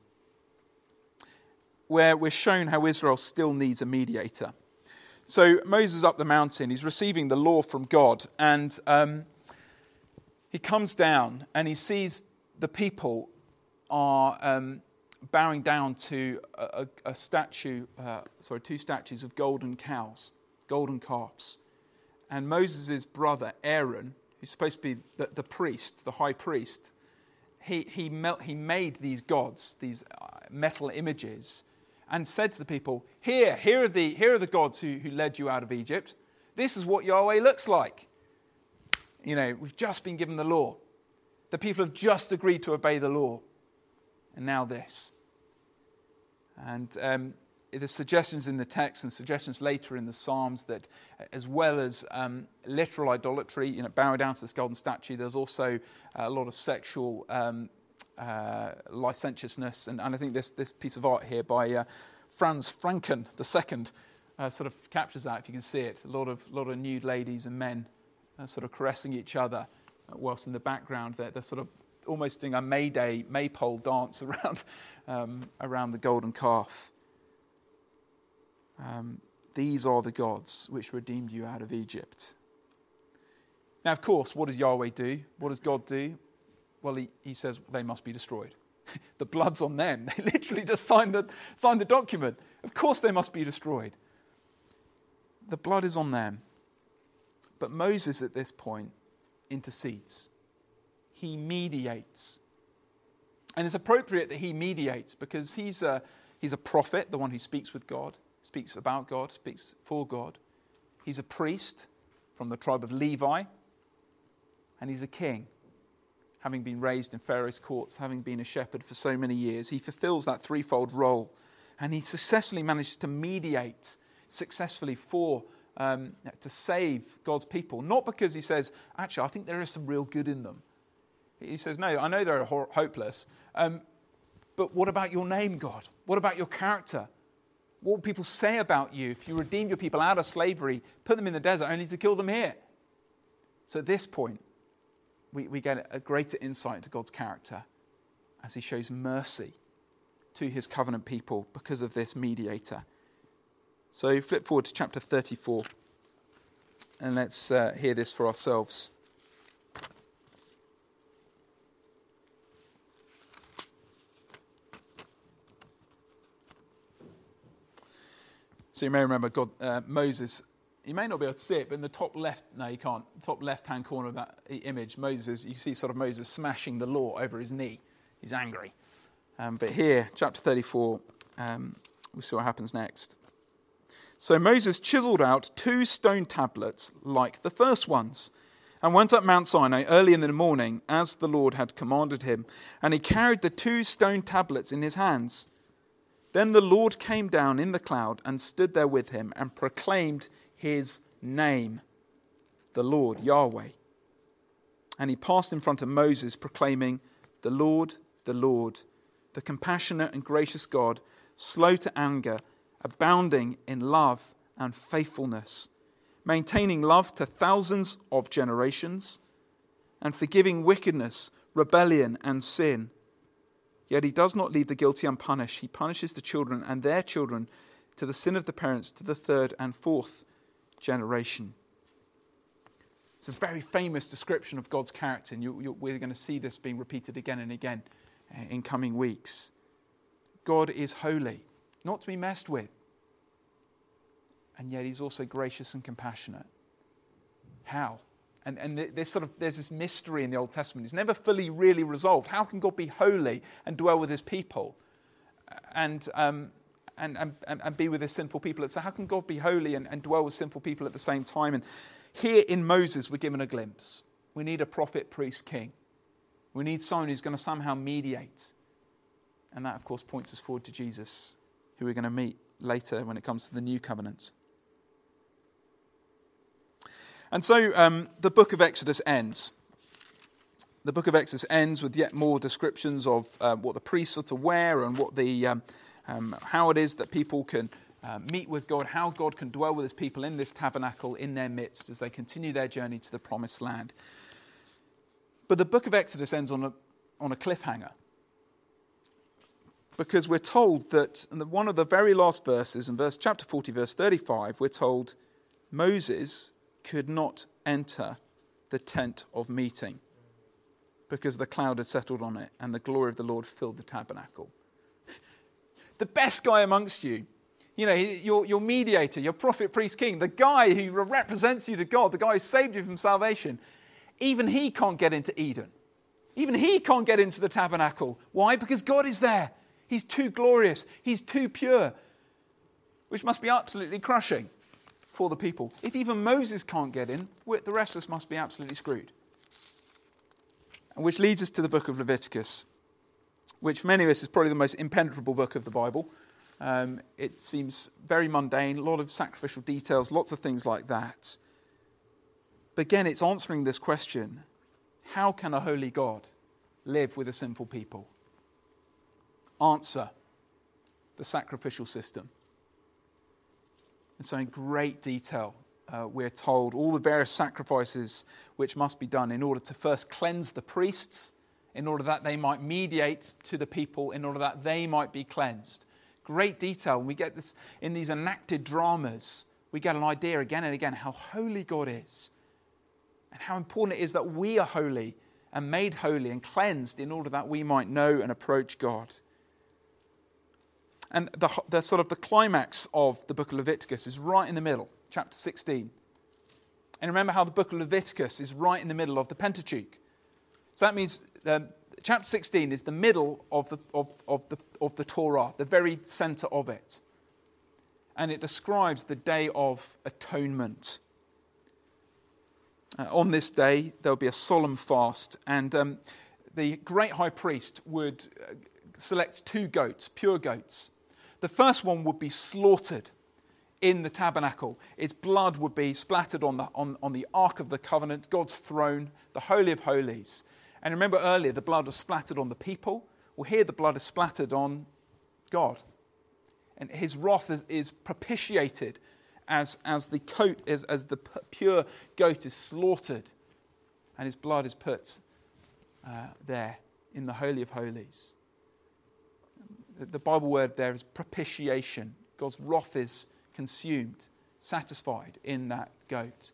Speaker 1: where we're shown how Israel still needs a mediator. So Moses up the mountain, he's receiving the law from God, and he comes down and he sees the people are bowing down to two statues of golden cows, golden calves. And Moses' brother Aaron, who's supposed to be the priest, the high priest, he made these gods, these metal images, and said to the people, here are the gods who led you out of Egypt. This is what Yahweh looks like. You know, we've just been given the law. The people have just agreed to obey the law. And now this. And there's suggestions in the text and suggestions later in the Psalms that as well as literal idolatry, bowing down to this golden statue, there's also a lot of sexual licentiousness. And I think this piece of art here by Franz Franken II sort of captures that, if you can see it. A lot of nude ladies and men sort of caressing each other, whilst in the background they're sort of almost doing a maypole dance around the golden calf. These are the gods which redeemed you out of Egypt. Now, of course, what does Yahweh do? What does God do? Well, he says they must be destroyed. The blood's on them. They literally just signed the document. Of course they must be destroyed. The blood is on them. But Moses at this point intercedes. He mediates. And it's appropriate that he mediates because he's a prophet, the one who speaks with God, speaks about God, speaks for God. He's a priest from the tribe of Levi. And he's a king, having been raised in Pharaoh's courts, having been a shepherd for so many years. He fulfills that threefold role. And he successfully managed to mediate successfully to save God's people. Not because he says, actually, I think there is some real good in them. He says, no, I know they're hopeless, but what about your name, God? What about your character? What will people say about you if you redeem your people out of slavery, put them in the desert only to kill them here? So at this point, we get a greater insight into God's character as he shows mercy to his covenant people because of this mediator. So flip forward to chapter 34 and let's hear this for ourselves. So you may remember Moses. You may not be able to see it, but in the top left, no, you can't. The top left-hand corner of that image, Moses, you see sort of Moses smashing the law over his knee. He's angry. But here, chapter 34, we see what happens next. So Moses chiseled out 2 stone tablets like the first ones and went up Mount Sinai early in the morning as the Lord had commanded him. And he carried the 2 stone tablets in his hands. Then the Lord came down in the cloud and stood there with him and proclaimed his name, the Lord, Yahweh. And he passed in front of Moses, proclaiming, the Lord, the compassionate and gracious God, slow to anger, abounding in love and faithfulness, maintaining love to thousands of generations, and forgiving wickedness, rebellion, and sin. Yet he does not leave the guilty unpunished. He punishes the children and their children to the sin of the parents to the 3rd and 4th generation. It's a very famous description of God's character, and we're going to see this being repeated again and again in coming weeks. God is holy, not to be messed with, and yet he's also gracious and compassionate. How? And there's this mystery in the Old Testament. It's never fully really resolved. How can God be holy and dwell with his people, and be with his sinful people? So how can God be holy and dwell with sinful people at the same time? And here in Moses, we're given a glimpse. We need a prophet, priest, king. We need someone who's going to somehow mediate. And that, of course, points us forward to Jesus, who we're going to meet later when it comes to the new covenant. And so the book of Exodus ends. The book of Exodus ends with yet more descriptions of what the priests are to wear and what how it is that people can meet with God, how God can dwell with his people in this tabernacle in their midst as they continue their journey to the promised land. But the book of Exodus ends on a cliffhanger, because we're told that in one of the very last verses, in chapter 40, verse 35, we're told Moses could not enter the tent of meeting because the cloud had settled on it and the glory of the Lord filled the tabernacle. The best guy amongst you, your mediator, your prophet, priest, king, the guy who represents you to God, the guy who saved you from salvation, even he can't get into Eden. Even he can't get into the tabernacle. Why? Because God is there. He's too glorious. He's too pure, which must be absolutely crushing for the people. If even Moses can't get in, the rest of us must be absolutely screwed. And which leads us to the book of Leviticus, which many of us is probably the most impenetrable book of the Bible. It seems very mundane, a lot of sacrificial details, lots of things like that. But again, it's answering this question: how can a holy God live with a sinful people? Answer: the sacrificial system. And so in great detail, we're told all the various sacrifices which must be done in order to first cleanse the priests, in order that they might mediate to the people, in order that they might be cleansed. Great detail. We get this in these enacted dramas. We get an idea again and again how holy God is and how important it is that we are holy and made holy and cleansed in order that we might know and approach God. And the sort of the climax of the book of Leviticus is right in the middle, chapter 16. And remember how the book of Leviticus is right in the middle of the Pentateuch. So that means chapter 16 is the middle of the Torah, the very center of it. And it describes the Day of Atonement. On this day, there'll be a solemn fast, and the great high priest would select 2 goats, pure goats. The first one would be slaughtered in the tabernacle. Its blood would be splattered on the Ark of the Covenant, God's throne, the Holy of Holies. And remember earlier, the blood was splattered on the people. Well, here the blood is splattered on God. And his wrath is propitiated as the pure goat is slaughtered. And his blood is put there in the Holy of Holies. The Bible word there is propitiation. God's wrath is consumed, satisfied in that goat.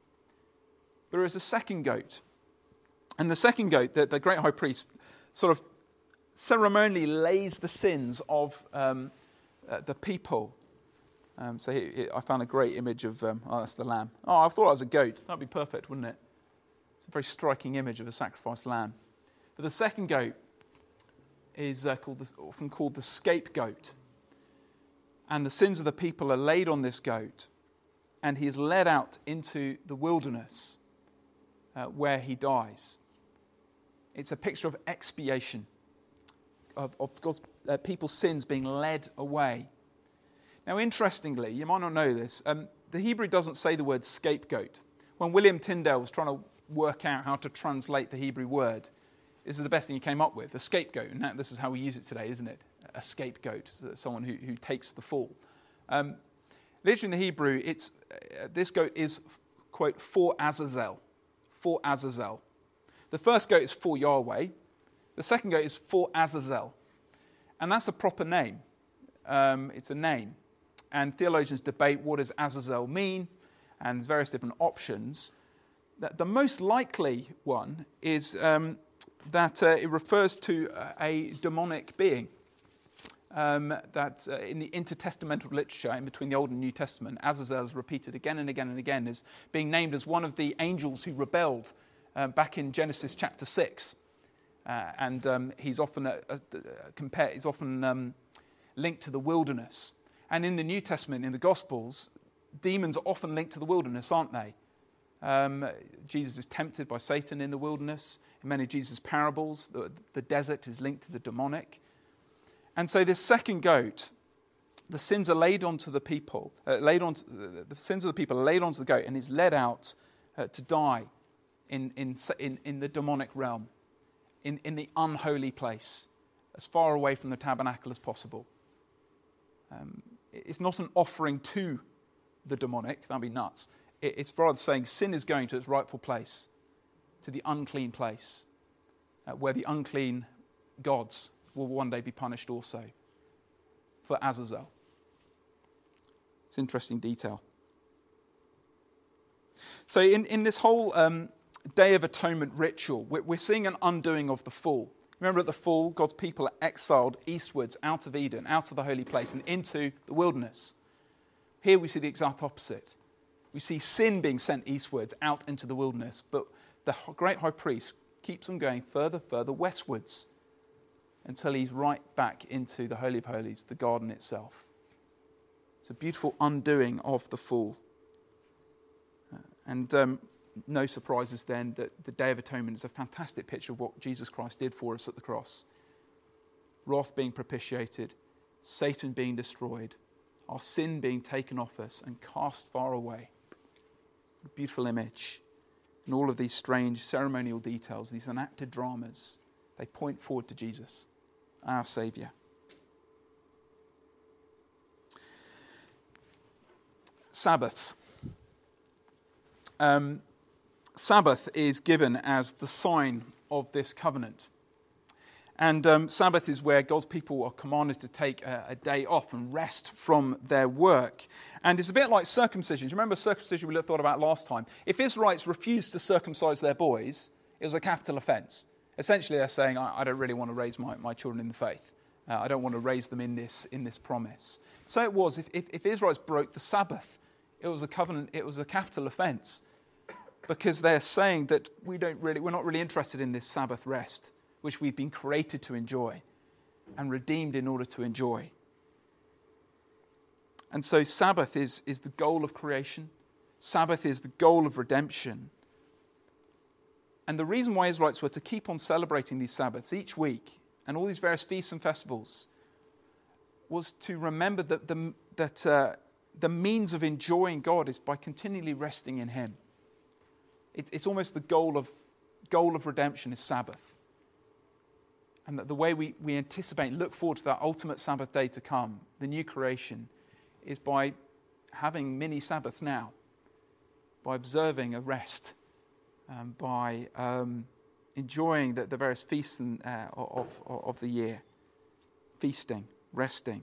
Speaker 1: But there is a second goat. And the second goat, the great high priest, sort of ceremonially lays the sins of the people. So I found a great image of, that's the lamb. Oh, I thought it was a goat. That'd be perfect, wouldn't it? It's a very striking image of a sacrificed lamb. But the second goat is often called the scapegoat. And the sins of the people are laid on this goat, and he is led out into the wilderness where he dies. It's a picture of expiation, of God's people's sins being led away. Now, interestingly, you might not know this, the Hebrew doesn't say the word scapegoat. When William Tyndale was trying to work out how to translate the Hebrew word, this is the best thing he came up with, a scapegoat. And this is how we use it today, isn't it? A scapegoat, someone who takes the fall. Literally in the Hebrew, this goat is, quote, for Azazel. For Azazel. The first goat is for Yahweh. The second goat is for Azazel. And that's a proper name. It's a name. And theologians debate what does Azazel mean, and there's various different options. The most likely one is that it refers to a demonic being. That in the intertestamental literature in between the Old and New Testament, Azazel is repeated again and again and again as being named as one of the angels who rebelled back in Genesis chapter 6. He's often linked to the wilderness. And in the New Testament, in the Gospels, demons are often linked to the wilderness, aren't they? Jesus is tempted by Satan in the wilderness. In many of Jesus' parables, the desert is linked to the demonic. And so this second goat, the sins are laid onto the people. The sins of the people are laid onto the goat, and is led out to die in the demonic realm, in the unholy place, as far away from the tabernacle as possible. It's not an offering to the demonic. That'd be nuts. It's rather saying sin is going to its rightful place, to the unclean place, where the unclean gods will one day be punished also, for Azazel. It's interesting detail. So in this whole Day of Atonement ritual, we're seeing an undoing of the fall. Remember at the fall, God's people are exiled eastwards, out of Eden, out of the holy place, and into the wilderness. Here we see the exact opposite. We see sin being sent eastwards, out into the wilderness, but the great high priest keeps on going further westwards, until he's right back into the Holy of Holies, the garden itself. It's a beautiful undoing of the fall. No surprises then that the Day of Atonement is a fantastic picture of what Jesus Christ did for us at the cross. Wrath being propitiated, Satan being destroyed, our sin being taken off us and cast far away. A beautiful image. And all of these strange ceremonial details, these enacted dramas, they point forward to Jesus, our Saviour. Sabbaths. Sabbath is given as the sign of this covenant. And Sabbath is where God's people are commanded to take a day off and rest from their work. And it's a bit like circumcision. Do you remember circumcision we thought about last time? If Israelites refused to circumcise their boys, it was a capital offence. Essentially, they're saying, I don't really want to raise my children in the faith. I don't want to raise them in this promise. So it was, if Israelites broke the Sabbath, it was a covenant, it was a capital offence. Because they're saying that we're not really interested in this Sabbath rest, which we've been created to enjoy and redeemed in order to enjoy. And so Sabbath is the goal of creation. Sabbath is the goal of redemption. And the reason why Israelites were to keep on celebrating these Sabbaths each week and all these various feasts and festivals was to remember that the means of enjoying God is by continually resting in him. It's almost the goal of redemption is Sabbath. And that the way we anticipate and look forward to that ultimate Sabbath day to come, the new creation, is by having mini Sabbaths now, by observing a rest, by enjoying the various feasts of the year, feasting, resting.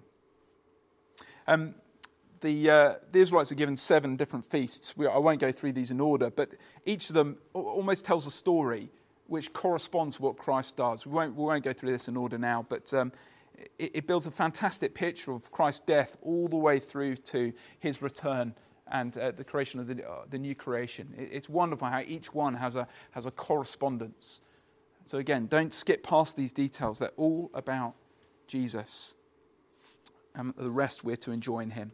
Speaker 1: The Israelites are given 7 different feasts. I won't go through these in order, but each of them almost tells a story which corresponds to what Christ does. We won't go through this in order now, but it builds a fantastic picture of Christ's death all the way through to his return and the creation of the new creation. It's wonderful how each one has a correspondence. So again, don't skip past these details. They're all about Jesus and the rest we're to enjoy in him.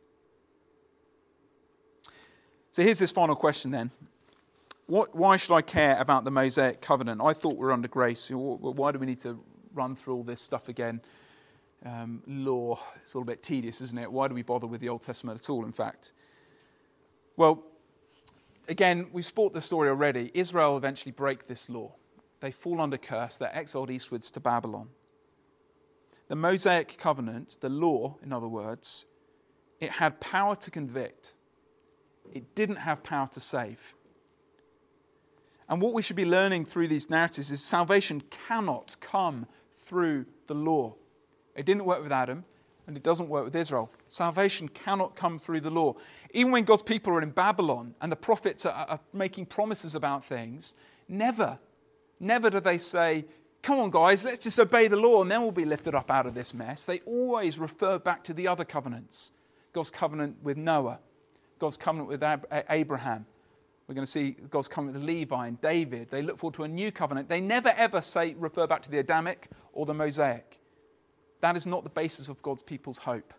Speaker 1: So here's this final question then. Why should I care about the Mosaic covenant? I thought we were under grace. Why do we need to run through all this stuff again? Law, it's a little bit tedious, isn't it? Why do we bother with the Old Testament at all, in fact? Well, again, we've sport the story already. Israel eventually break this law. They fall under curse. They're exiled eastwards to Babylon. The Mosaic covenant, the law, in other words, it had power to convict. It didn't have power to save. And what we should be learning through these narratives is salvation cannot come through the law. It didn't work with Adam, and it doesn't work with Israel. Salvation cannot come through the law. Even when God's people are in Babylon and the prophets are making promises about things, never do they say, come on guys, let's just obey the law and then we'll be lifted up out of this mess. They always refer back to the other covenants. God's covenant with Noah, God's covenant with Abraham. We're going to see God's covenant with Levi and David. They look forward to a new covenant. They never ever refer back to the Adamic or the Mosaic. That is not the basis of God's people's hope.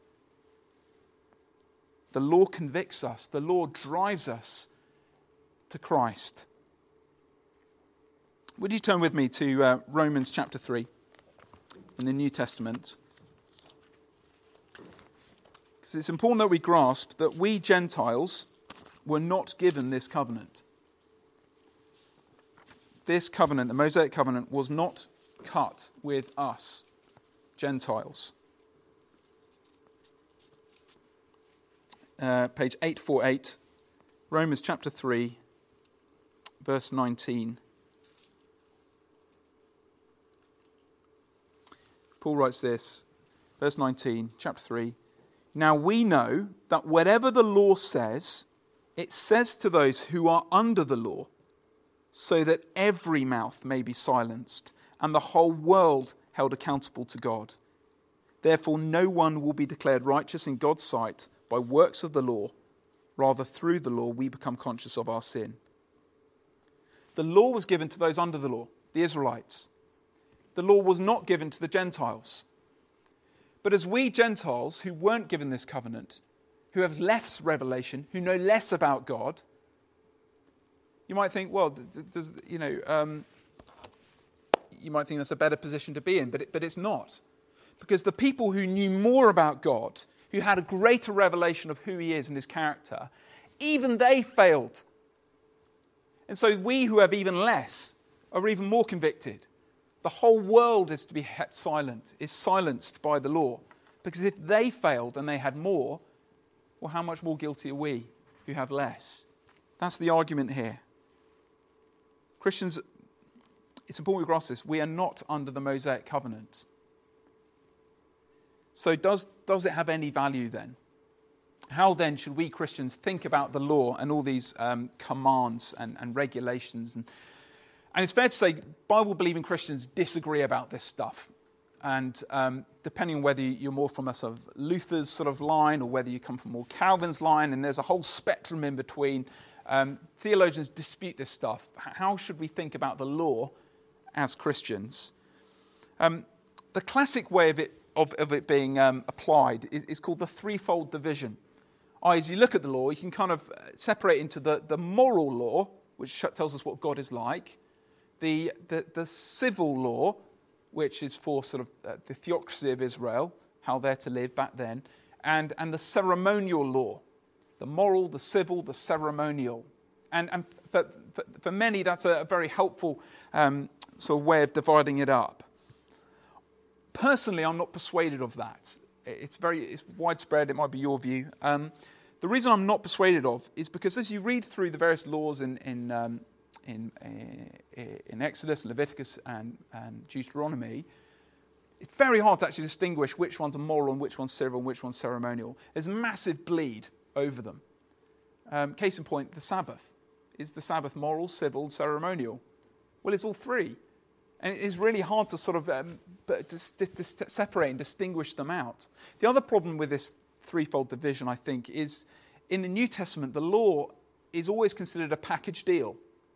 Speaker 1: The law convicts us. The law drives us to Christ. Would you turn with me to Romans chapter 3 in the New Testament? Because it's important that we grasp that we Gentiles were not given this covenant. This covenant, the Mosaic covenant, was not cut with us, Gentiles. Page 848, Romans chapter 3, verse 19. Paul writes this, verse 19, chapter 3. Now we know that whatever the law says, it says to those who are under the law, so that every mouth may be silenced and the whole world held accountable to God. Therefore, no one will be declared righteous in God's sight by works of the law. Rather, through the law, we become conscious of our sin. The law was given to those under the law, the Israelites. The law was not given to the Gentiles. But as we Gentiles who weren't given this covenant, who have less revelation, who know less about God, you might think, well, you might think that's a better position to be in, but it's not. Because the people who knew more about God, who had a greater revelation of who he is and his character, even they failed. And so we who have even less are even more convicted. The whole world is to be kept silent, is silenced by the law. Because if they failed and they had more, well, how much more guilty are we who have less? That's the argument here. Christians, it's important we grasp this. We are not under the Mosaic covenant. So does it have any value then? How then should we Christians think about the law and all these commands and regulations? And it's fair to say Bible-believing Christians disagree about this stuff. And depending on whether you're more from a sort of Luther's sort of line or whether you come from more Calvin's line, and there's a whole spectrum in between, theologians dispute this stuff. How should we think about the law as Christians? The classic way of it being applied is called the threefold division. As you look at the law, you can kind of separate into the moral law, which tells us what God is like, the civil law, which is for sort of the theocracy of Israel, how they're to live back then, and the ceremonial law, the moral, the civil, the ceremonial. And for many, that's a very helpful sort of way of dividing it up. Personally, I'm not persuaded of that. It's widespread. It might be your view. The reason I'm not persuaded of is because as you read through the various laws in Exodus, Leviticus, and Deuteronomy, it's very hard to actually distinguish which ones are moral and which one's civil and which one's ceremonial. There's a massive bleed over them. Case in point, the Sabbath. Is the Sabbath moral, civil, ceremonial? Well, it's all three. And it's really hard to sort of separate and distinguish them out. The other problem with this threefold division, I think, is in the New Testament, the law is always considered a package deal.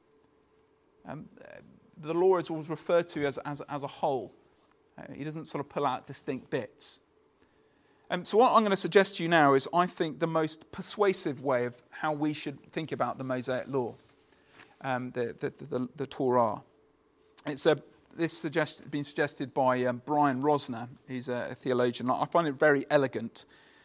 Speaker 1: The law is always referred to as a whole. He doesn't sort of pull out distinct bits. So what I'm going to suggest to you now is, I think, the most persuasive way of how we should think about the Mosaic Law, the Torah. This has been suggested by Brian Rosner. He's a theologian. I find it very elegant.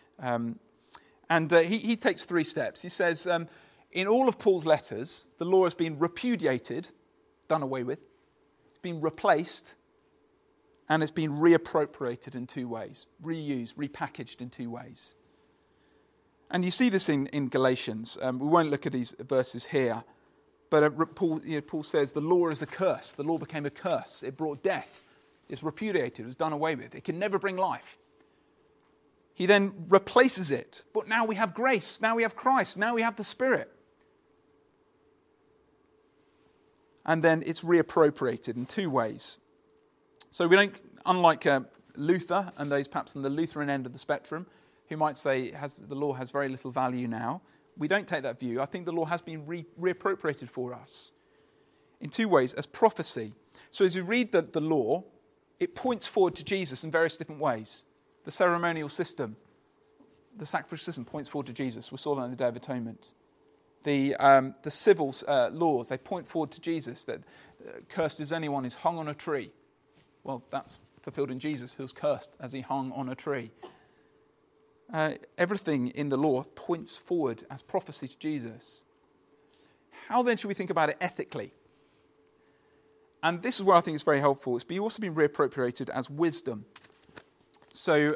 Speaker 1: He takes 3 steps. He says, in all of Paul's letters, the law has been repudiated, done away with. It's been replaced, and it's been reappropriated in 2 ways. Reused, repackaged in 2 ways. And you see this in Galatians. We won't look at these verses here. But Paul says the law is a curse. The law became a curse. It brought death. It's repudiated. It was done away with. It can never bring life. He then replaces it. But now we have grace. Now we have Christ. Now we have the Spirit. And then it's reappropriated in 2 ways. So we don't, unlike Luther and those perhaps on the Lutheran end of the spectrum, who might say the law has very little value now, we don't take that view. I think the law has been reappropriated for us in 2 ways, as prophecy. So as you read the law, it points forward to Jesus in various different ways. The ceremonial system, the sacrificial system points forward to Jesus. We saw that on the Day of Atonement. The civil laws, they point forward to Jesus, that cursed is anyone who's hung on a tree. Well, that's fulfilled in Jesus, who was cursed as he hung on a tree. Everything in the law points forward as prophecy to Jesus. How then should we think about it ethically? And this is where I think it's very helpful. It's also been reappropriated as wisdom. So,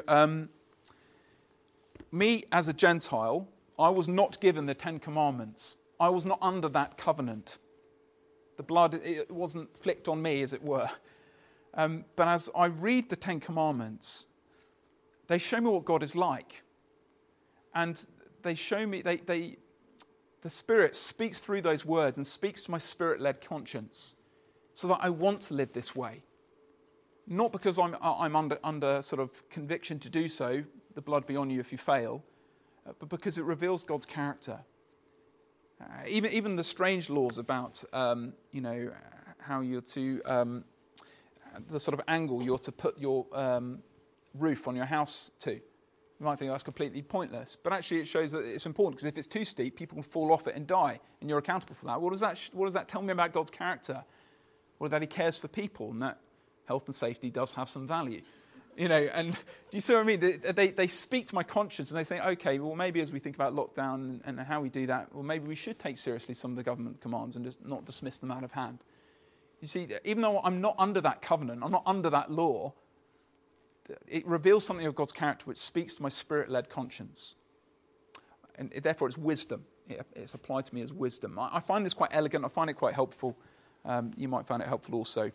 Speaker 1: me as a Gentile, I was not given the 10 Commandments. I was not under that covenant. The blood, it wasn't flicked on me, as it were. But as I read the 10 Commandments, they show me what God is like. And they show me, the Spirit speaks through those words and speaks to my Spirit-led conscience so that I want to live this way. Not because I'm under sort of conviction to do so, the blood be on you if you fail, but because it reveals God's character. Even the strange laws about, how you're to, the sort of angle you're to put your roof on your house to. You might think that's completely pointless, but actually it shows that it's important, because if it's too steep, people can fall off it and die, and you're accountable for that. What does that tell me about God's character? Or that he cares for people, and that health and safety does have some value. And do you see what I mean? They speak to my conscience, and they think, okay, well, maybe as we think about lockdown and how we do that, well, maybe we should take seriously some of the government commands and just not dismiss them out of hand. You see, even though I'm not under that covenant, I'm not under that law, it reveals something of God's character which speaks to my Spirit-led conscience. And therefore, it's wisdom. It's applied to me as wisdom. I find this quite elegant. I find it quite helpful. You might find it helpful also.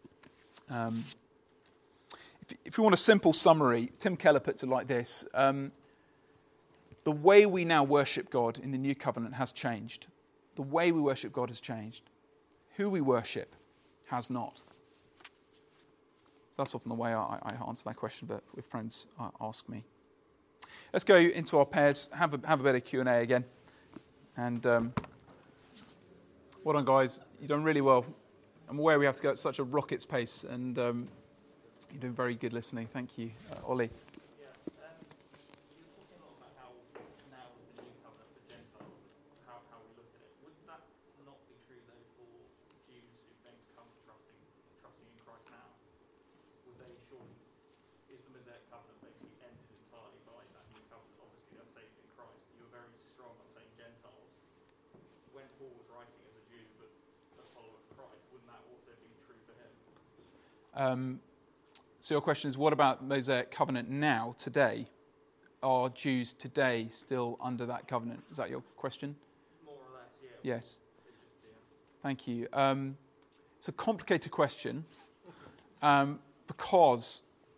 Speaker 1: If you want a simple summary, Tim Keller puts it like this. The way we now worship God in the New Covenant has changed. The way we worship God has changed. Who we worship has not. So that's often the way I answer that question, but if friends ask me. Let's go into our pairs, have a bit of Q&A again. And well done, guys. You've done really well. I'm aware we have to go at such a rocket's pace, and you're doing very good listening. Thank you. Ollie.
Speaker 2: Yeah, you're talking a lot about how now with the new covenant for Gentiles, how we look at it. Would that not be true though for Jews who then come trusting in Christ now? Would they surely, is the Mosaic covenant basically
Speaker 1: So your question is, what about Mosaic covenant now, today? Are Jews today still under that covenant? Is that your question?
Speaker 2: More or less, yeah.
Speaker 1: Yes. Thank you. It's a complicated question because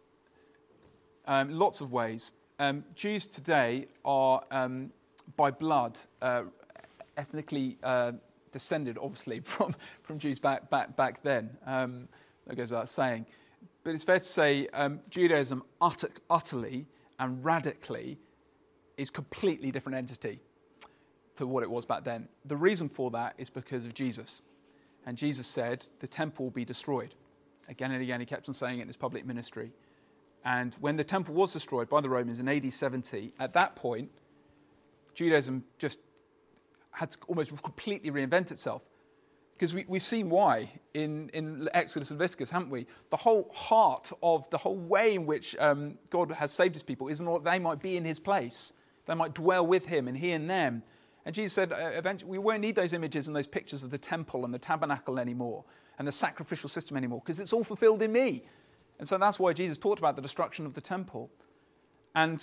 Speaker 1: lots of ways. Jews today are, by blood, ethnically descended, obviously, from Jews back then. That goes without saying. But it's fair to say Judaism utterly and radically is completely different entity to what it was back then. The reason for that is because of Jesus. And Jesus said the temple will be destroyed. Again and again, he kept on saying it in his public ministry. And when the temple was destroyed by the Romans in AD 70, at that point, Judaism just had to almost completely reinvent itself. Because we've seen why in Exodus and Leviticus, haven't we? The whole heart of the whole way in which God has saved his people is that they might be in his place. They might dwell with him and he in them. And Jesus said, eventually, we won't need those images and those pictures of the temple and the tabernacle anymore and the sacrificial system anymore because it's all fulfilled in me. And so that's why Jesus talked about the destruction of the temple. And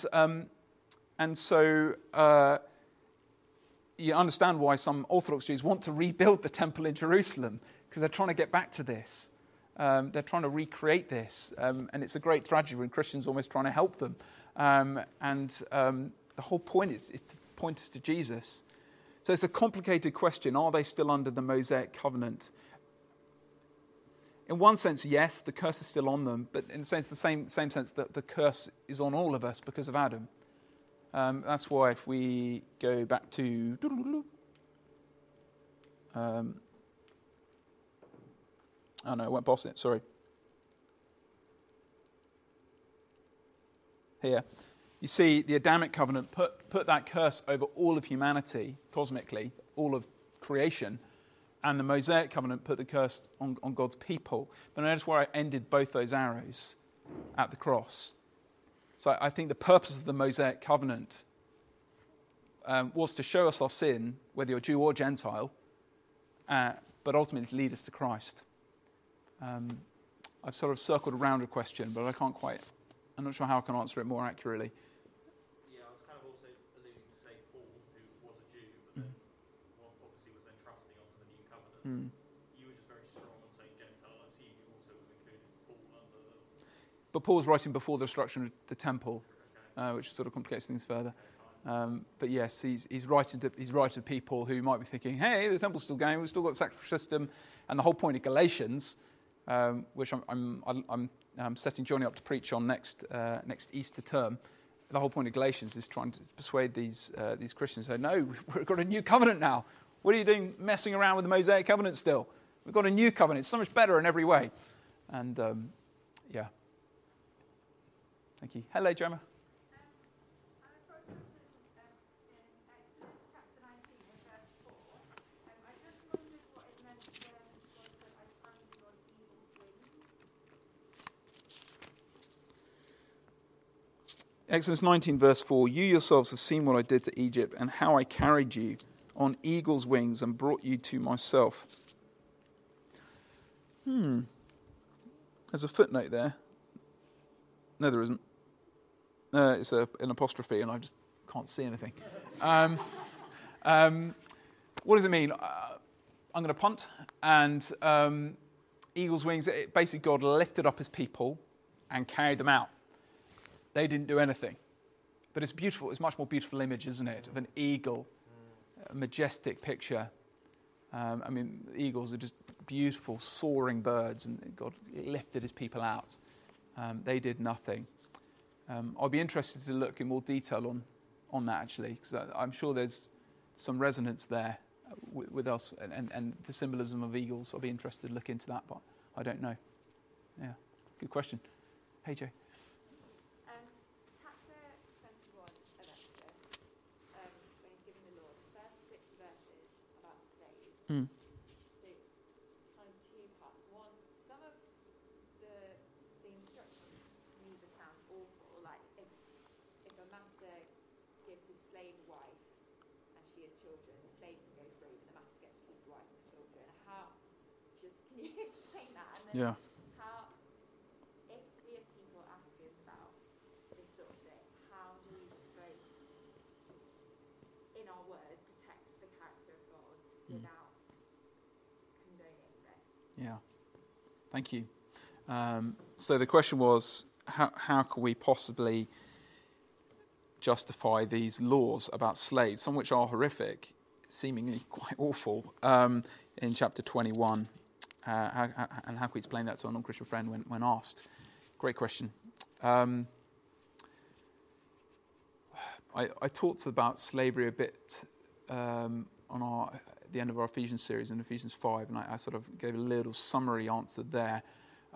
Speaker 1: so you understand why some Orthodox Jews want to rebuild the temple in Jerusalem because they're trying to get back to this. They're trying to recreate this. And it's a great tragedy when Christians are almost trying to help them. The whole point is to point us to Jesus. So it's a complicated question. Are they still under the Mosaic covenant? In one sense, yes, the curse is still on them, but in the same sense that the curse is on all of us because of Adam. That's why if we go back to... oh no, I went past it, sorry. Here. You see, the Adamic covenant put that curse over all of humanity, cosmically, all of creation, and the Mosaic covenant put the curse on God's people. But notice where I ended both those arrows at the cross. So I think the purpose of the Mosaic covenant was to show us our sin, whether you're Jew or Gentile, but ultimately to lead us to Christ. I've sort of circled around a question, but I'm not sure how I can answer it more accurately.
Speaker 2: Yeah, I was kind of also alluding to, say, Paul, who was a Jew, but then obviously was then trusting on the new covenant. You were just very strong on saying Gentile. I see you also have included Paul under the...
Speaker 1: But Paul's writing before the destruction of the temple, which sort of complicates things further. But yes, he's writing to people who might be thinking, hey, the temple's still going, we've still got the sacrificial system. And the whole point of Galatians, which I'm setting Johnny up to preach on next Easter term, the whole point of Galatians is trying to persuade these Christians, say, no, we've got a new covenant now. What are you doing messing around with the Mosaic covenant still? We've got a new covenant. It's so much better in every way. And, yeah. Thank you. Hello, Gemma.
Speaker 5: I've got a question in Exodus chapter 19 and verse 4. I just wondered what it meant when God said, I carried you on eagle's wings.
Speaker 1: Exodus 19, verse 4, you yourselves have seen what I did to Egypt and how I carried you on eagle's wings and brought you to myself. There's a footnote there. No, there isn't. It's an apostrophe, and I just can't see anything. What does it mean? I'm going to punt. And eagle's wings, basically God lifted up his people and carried them out. They didn't do anything. But it's beautiful. It's a much more beautiful image, isn't it, of an eagle, a majestic picture. I mean, eagles are just beautiful, soaring birds, and God lifted his people out. They did nothing. I'll be interested to look in more detail on that, actually, because I'm sure there's some resonance there with us and the symbolism of eagles. I'll be interested to look into that, but I don't know. Yeah, good question. Hey, Joe.
Speaker 5: Chapter 21 of Exodus, when he's giving the law, the first 6 verses about slaves. So, kind of 2 parts. One, some of the instructions to me just sound awful. Like if a master gives his slave a wife and she has children, the slave can go free, but the master gets to keep the wife and the children. Can you explain that? And then
Speaker 1: Yeah.
Speaker 5: how
Speaker 1: Yeah. Thank you. So the question was, how can we possibly justify these laws about slaves, some which are horrific, seemingly quite awful, in chapter 21? And how can we explain that to a non-Christian friend when asked? Great question. I talked about slavery a bit on the end of our Ephesians series in Ephesians 5, and I sort of gave a little summary answer there.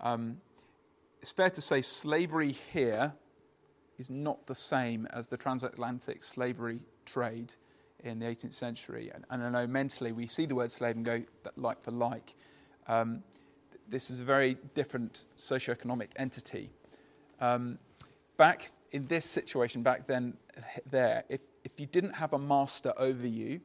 Speaker 1: It's fair to say slavery here is not the same as the transatlantic slavery trade in the 18th century. And I know mentally we see the word slave and go like for like. This is a very different socioeconomic entity. Back in this situation, back then, if you didn't have a master over you,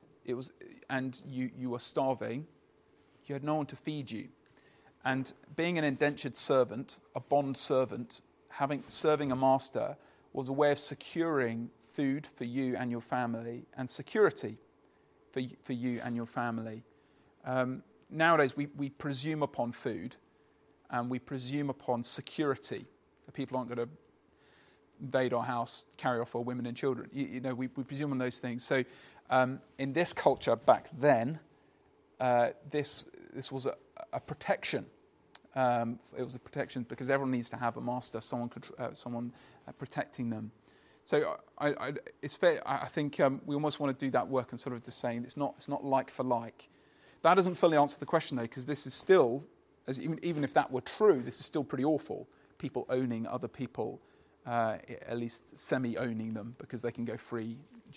Speaker 1: and you were starving, you had no one to feed you. And being an indentured servant, a bond servant, serving a master was a way of securing food for you and your family and security for you and your family. Nowadays, we presume upon food and we presume upon security. That people aren't going to invade our house, carry off our women and children. We presume on those things. So in this culture back then, this was a protection. It was a protection because everyone needs to have a master, someone protecting them. So it's fair. I think we almost want to do that work and sort of just saying it's not like for like. That doesn't fully answer the question though, because this is still, even if that were true, this is still pretty awful. People owning other people, at least semi-owning them because they can go free.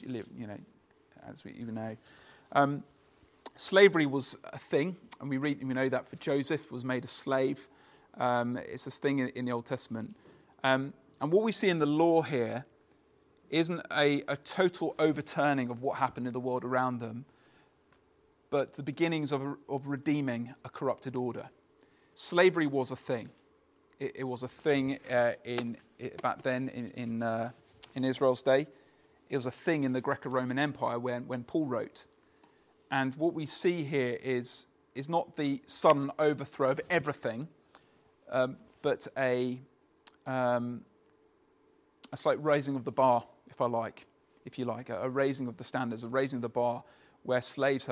Speaker 1: As we even know. Slavery was a thing, and we know that for Joseph was made a slave. It's this thing in the Old Testament. And what we see in the law here isn't a total overturning of what happened in the world around them, but the beginnings of redeeming a corrupted order. Slavery was a thing. It was a thing back then in Israel's day. It was a thing in the Greco-Roman Empire when Paul wrote. And what we see here is not the sudden overthrow of everything, but a slight raising of the bar, if you like, a raising of the standards, a raising of the bar, where slaves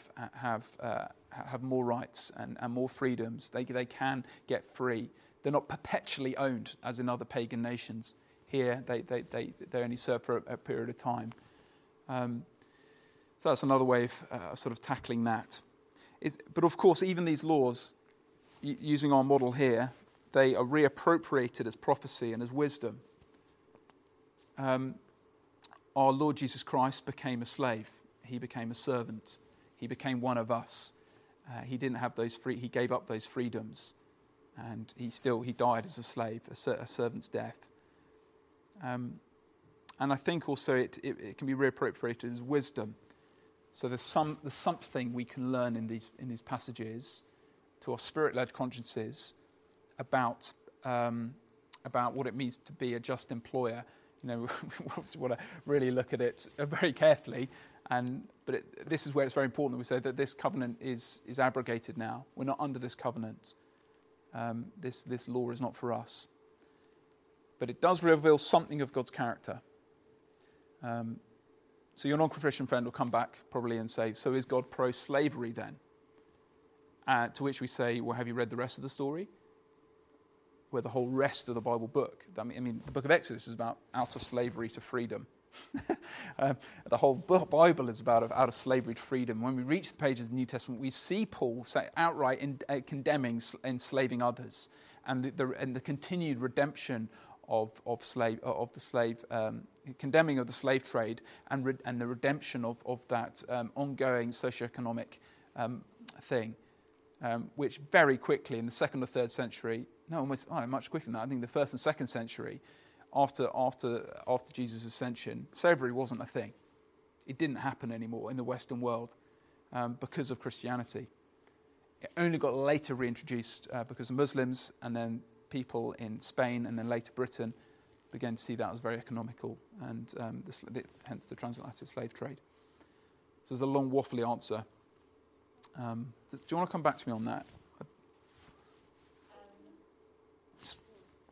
Speaker 1: have more rights and more freedoms. They can get free. They're not perpetually owned as in other pagan nations. Here, they only serve for a period of time. So that's another way of sort of tackling that. But of course, even these laws, using our model here, they are reappropriated as prophecy and as wisdom. Our Lord Jesus Christ became a slave. He became a servant. He became one of us. He didn't have he gave up those freedoms, and he died as a slave, a servant's death. And I think also it can be reappropriated as wisdom. So there's something we can learn in these passages to our spirit-led consciences about what it means to be a just employer. We obviously want to really look at it very carefully, but this is where it's very important that we say that this covenant is abrogated now. We're not under this covenant. This law is not for us. But it does reveal something of God's character. So your non-Christian friend will come back probably and say, so is God pro-slavery then? To which we say, well, have you read the rest of the story? Where the whole rest of the Bible book, the book of Exodus is about out of slavery to freedom. The whole Bible is about out of slavery to freedom. When we reach the pages of the New Testament, we see Paul say outright condemning enslaving others and the continued redemption of the slave, condemning of the slave trade and the redemption of that ongoing socioeconomic thing, which very quickly in the 2nd or 3rd century, much quicker than that. I think the 1st and 2nd century, after Jesus' ascension, slavery wasn't a thing. It didn't happen anymore in the Western world because of Christianity. It only got later reintroduced because of Muslims, and then people in Spain and then later Britain began to see that as very economical, and hence the transatlantic slave trade. So there's a long waffly answer. Do you want to come back to me on that?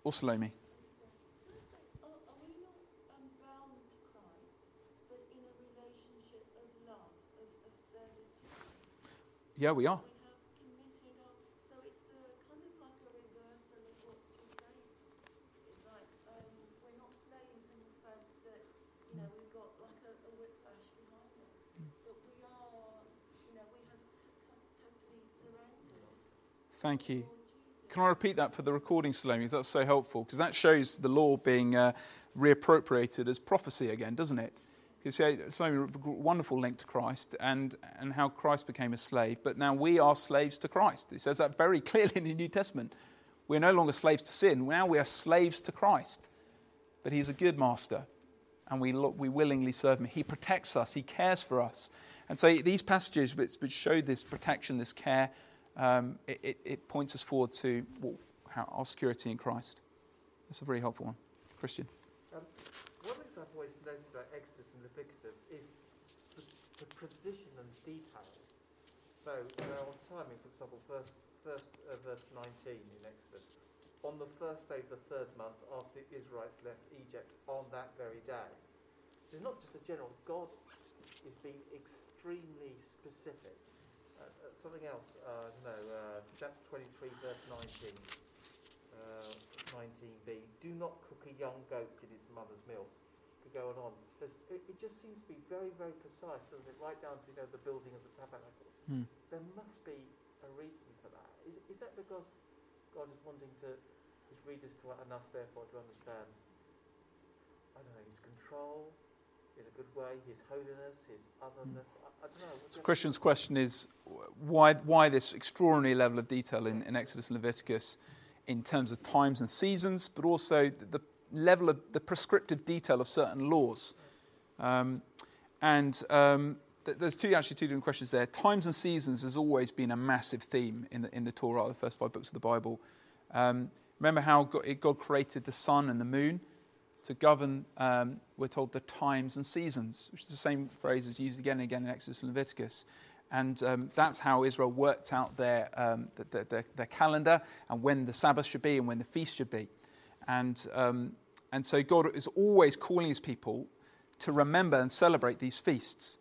Speaker 1: Or Salome.
Speaker 4: Are we not bound to Christ, but in a relationship of love, of service to Him?
Speaker 1: Yeah, we are.
Speaker 4: We have committed our, so it's kind of like a reversal of what you're saying. It's like we're not slaves in the sense that, we've got like a whiplash behind us. But we are, we have totally surrendered.
Speaker 1: Thank you. Can I repeat that for the recording, Salome? That's so helpful, because that shows the law being reappropriated as prophecy again, doesn't it? Because Salome, a wonderful link to Christ and how Christ became a slave, but now we are slaves to Christ. It says that very clearly in the New Testament. We're no longer slaves to sin. Now we are slaves to Christ. But He's a good master, and we willingly serve Him. He protects us. He cares for us. And so these passages which show this protection, this care, it points us forward to our security in Christ. That's a very helpful one. Christian.
Speaker 6: One of the things I've always noticed about Exodus and Leviticus is the precision and detail. So on timing, for example, verse 19 in Exodus, on the first day of the third month after the Israelites left Egypt, on that very day. It's not just a general. God is being extremely specific. Something else, chapter 23, verse 19, 19b. Do not cook a young goat in its mother's milk. To go on. It just seems to be very, very precise, doesn't it? Right down to the building of the tabernacle. There must be a reason for that. Is that because God is wanting His readers and us, therefore, to understand, His control in a good way, His holiness, His otherness? I don't know.
Speaker 1: So Christian's question is why this extraordinary level of detail in Exodus and Leviticus in terms of times and seasons, but also the level of the prescriptive detail of certain laws. There's two different questions there. Times and seasons has always been a massive theme in the Torah, the first 5 books of the Bible. Remember how God created the sun and the moon to govern, we're told, the times and seasons, which is the same phrase as used again and again in Exodus and Leviticus. And that's how Israel worked out their calendar and when the Sabbath should be and when the feast should be. And so God is always calling His people to remember and celebrate these feasts.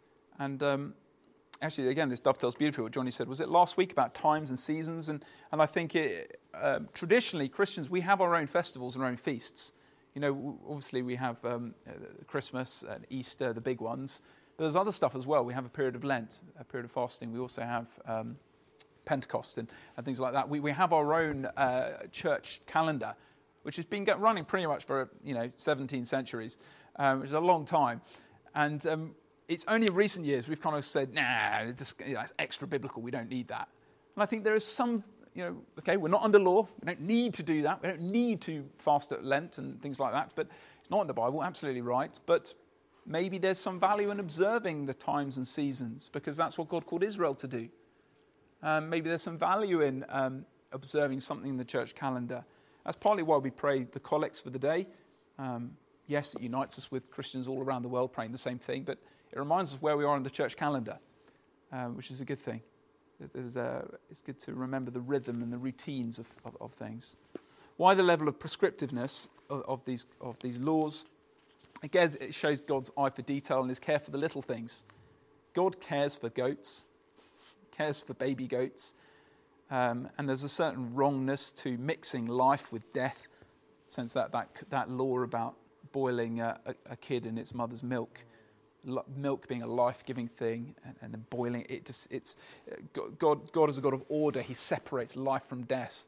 Speaker 1: And actually, again, this dovetails beautifully what Johnny said. Was it last week about times and seasons? And I think traditionally, Christians, we have our own festivals and our own feasts. Obviously we have Christmas and Easter, the big ones. But there's other stuff as well. We have a period of Lent, a period of fasting. We also have Pentecost and things like that. We have our own church calendar, which has been running pretty much for 17 centuries, which is a long time. And it's only in recent years we've kind of said, it's extra biblical. We don't need that. And I think there is some, we're not under law. We don't need to do that. We don't need to fast at Lent and things like that. But it's not in the Bible, absolutely right. But maybe there's some value in observing the times and seasons because that's what God called Israel to do. Maybe there's some value in observing something in the church calendar. That's partly why we pray the collects for the day. Yes, it unites us with Christians all around the world praying the same thing, but it reminds us where we are in the church calendar, which is a good thing. It's good to remember the rhythm and the routines of things. Why the level of prescriptiveness of these laws? Again, it shows God's eye for detail and His care for the little things. God cares for goats, cares for baby goats, and there's a certain wrongness to mixing life with death, since that law about boiling a kid in its mother's milk being a life-giving thing, and then boiling it. God is a God of order. He separates life from death,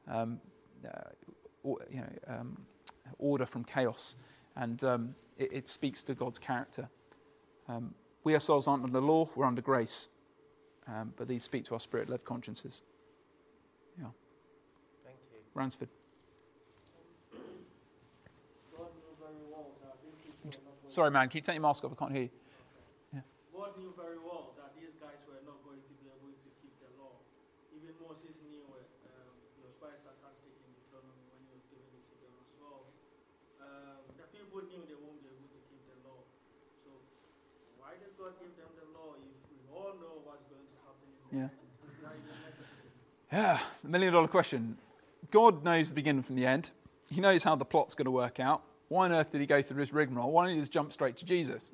Speaker 1: order from chaos, and it speaks to God's character. We ourselves aren't under law; we're under grace, but these speak to our spirit-led consciences. Yeah.
Speaker 6: Thank you.
Speaker 1: Ransford. Sorry, man. Can you take your mask off? I can't hear you. Yeah.
Speaker 7: God knew very well that these guys were not going to be able to keep the law. Even Moses knew it. He was quite sarcastic in Deuteronomy when he was giving it to them as well. The people knew they won't be able to keep the law. So why did God give them the law if we all know what's going to happen in the end? Is that even necessary?
Speaker 1: Yeah, the $1 million question. God knows the beginning from the end. He knows how the plot's going to work out. Why on earth did he go through this rigmarole? Why don't he just jump straight to Jesus?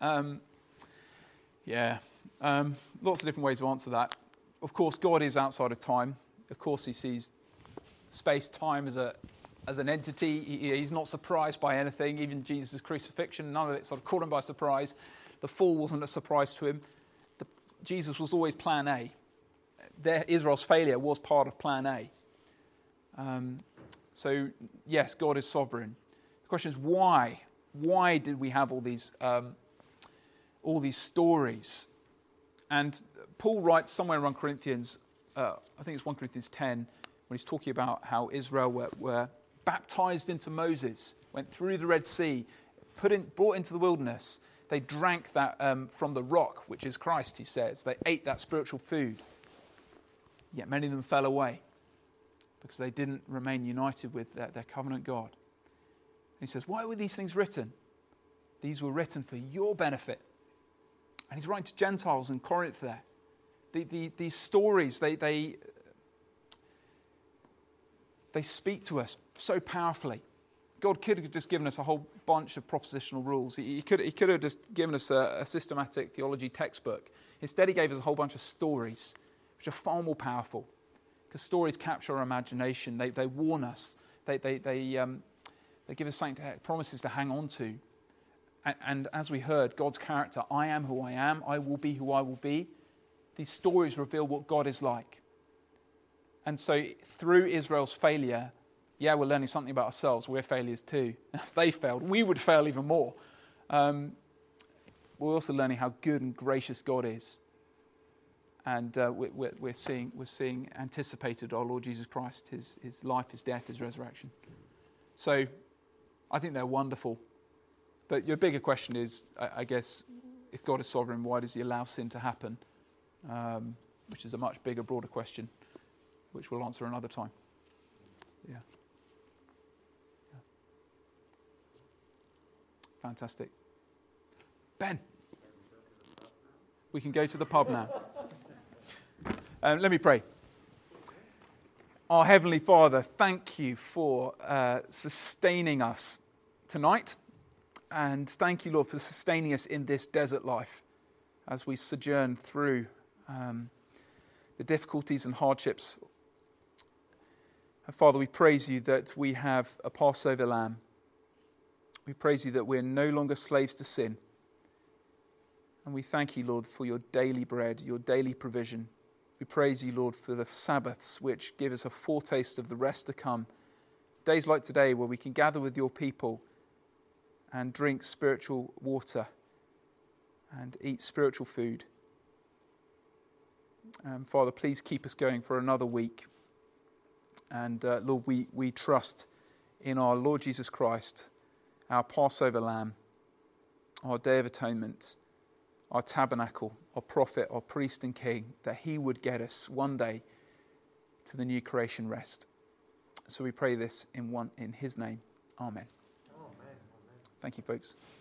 Speaker 1: Lots of different ways to answer that. Of course, God is outside of time. Of course, he sees space-time as an entity. He's not surprised by anything, even Jesus' crucifixion. None of it sort of caught him by surprise. The fall wasn't a surprise to him. Jesus was always plan A. Israel's failure was part of plan A. So, yes, God is sovereign. The question is why? Why did we have all these stories? And Paul writes somewhere around Corinthians, I think it's 1 Corinthians 10, when he's talking about how Israel were baptized into Moses, went through the Red Sea, brought into the wilderness. They drank that from the rock, which is Christ, he says. They ate that spiritual food. Yet many of them fell away because they didn't remain united with their covenant God. And he says, why were these things written? These were written for your benefit. And he's writing to Gentiles in Corinth there. These stories, they speak to us so powerfully. God could have just given us a whole bunch of propositional rules. He could have just given us a systematic theology textbook. Instead, he gave us a whole bunch of stories, which are far more powerful. Because stories capture our imagination. They warn us. They give us promises to hang on to. And as we heard, God's character, I am who I am, I will be who I will be. These stories reveal what God is like. And so through Israel's failure, we're learning something about ourselves. We're failures too. They failed. We would fail even more. We're also learning how good and gracious God is. And we're seeing anticipated our Lord Jesus Christ, his life, his death, his resurrection. So I think they're wonderful. But your bigger question is, I guess, if God is sovereign, why does he allow sin to happen? Which is a much bigger, broader question, which we'll answer another time. Yeah. Fantastic. Ben, we can go to the pub now. Let me pray. Our Heavenly Father, thank you for sustaining us tonight. And thank you, Lord, for sustaining us in this desert life as we sojourn through the difficulties and hardships. And Father, we praise you that we have a Passover lamb. We praise you that we're no longer slaves to sin. And we thank you, Lord, for your daily bread, your daily provision. We praise you, Lord, for the Sabbaths, which give us a foretaste of the rest to come. Days like today where we can gather with your people and drink spiritual water and eat spiritual food. Father, please keep us going for another week. And Lord, we trust in our Lord Jesus Christ, our Passover lamb, our Day of Atonement, our tabernacle, our prophet, our priest and king, that he would get us one day to the new creation rest. So we pray this in his name. Amen.
Speaker 6: Amen.
Speaker 1: Thank you, folks.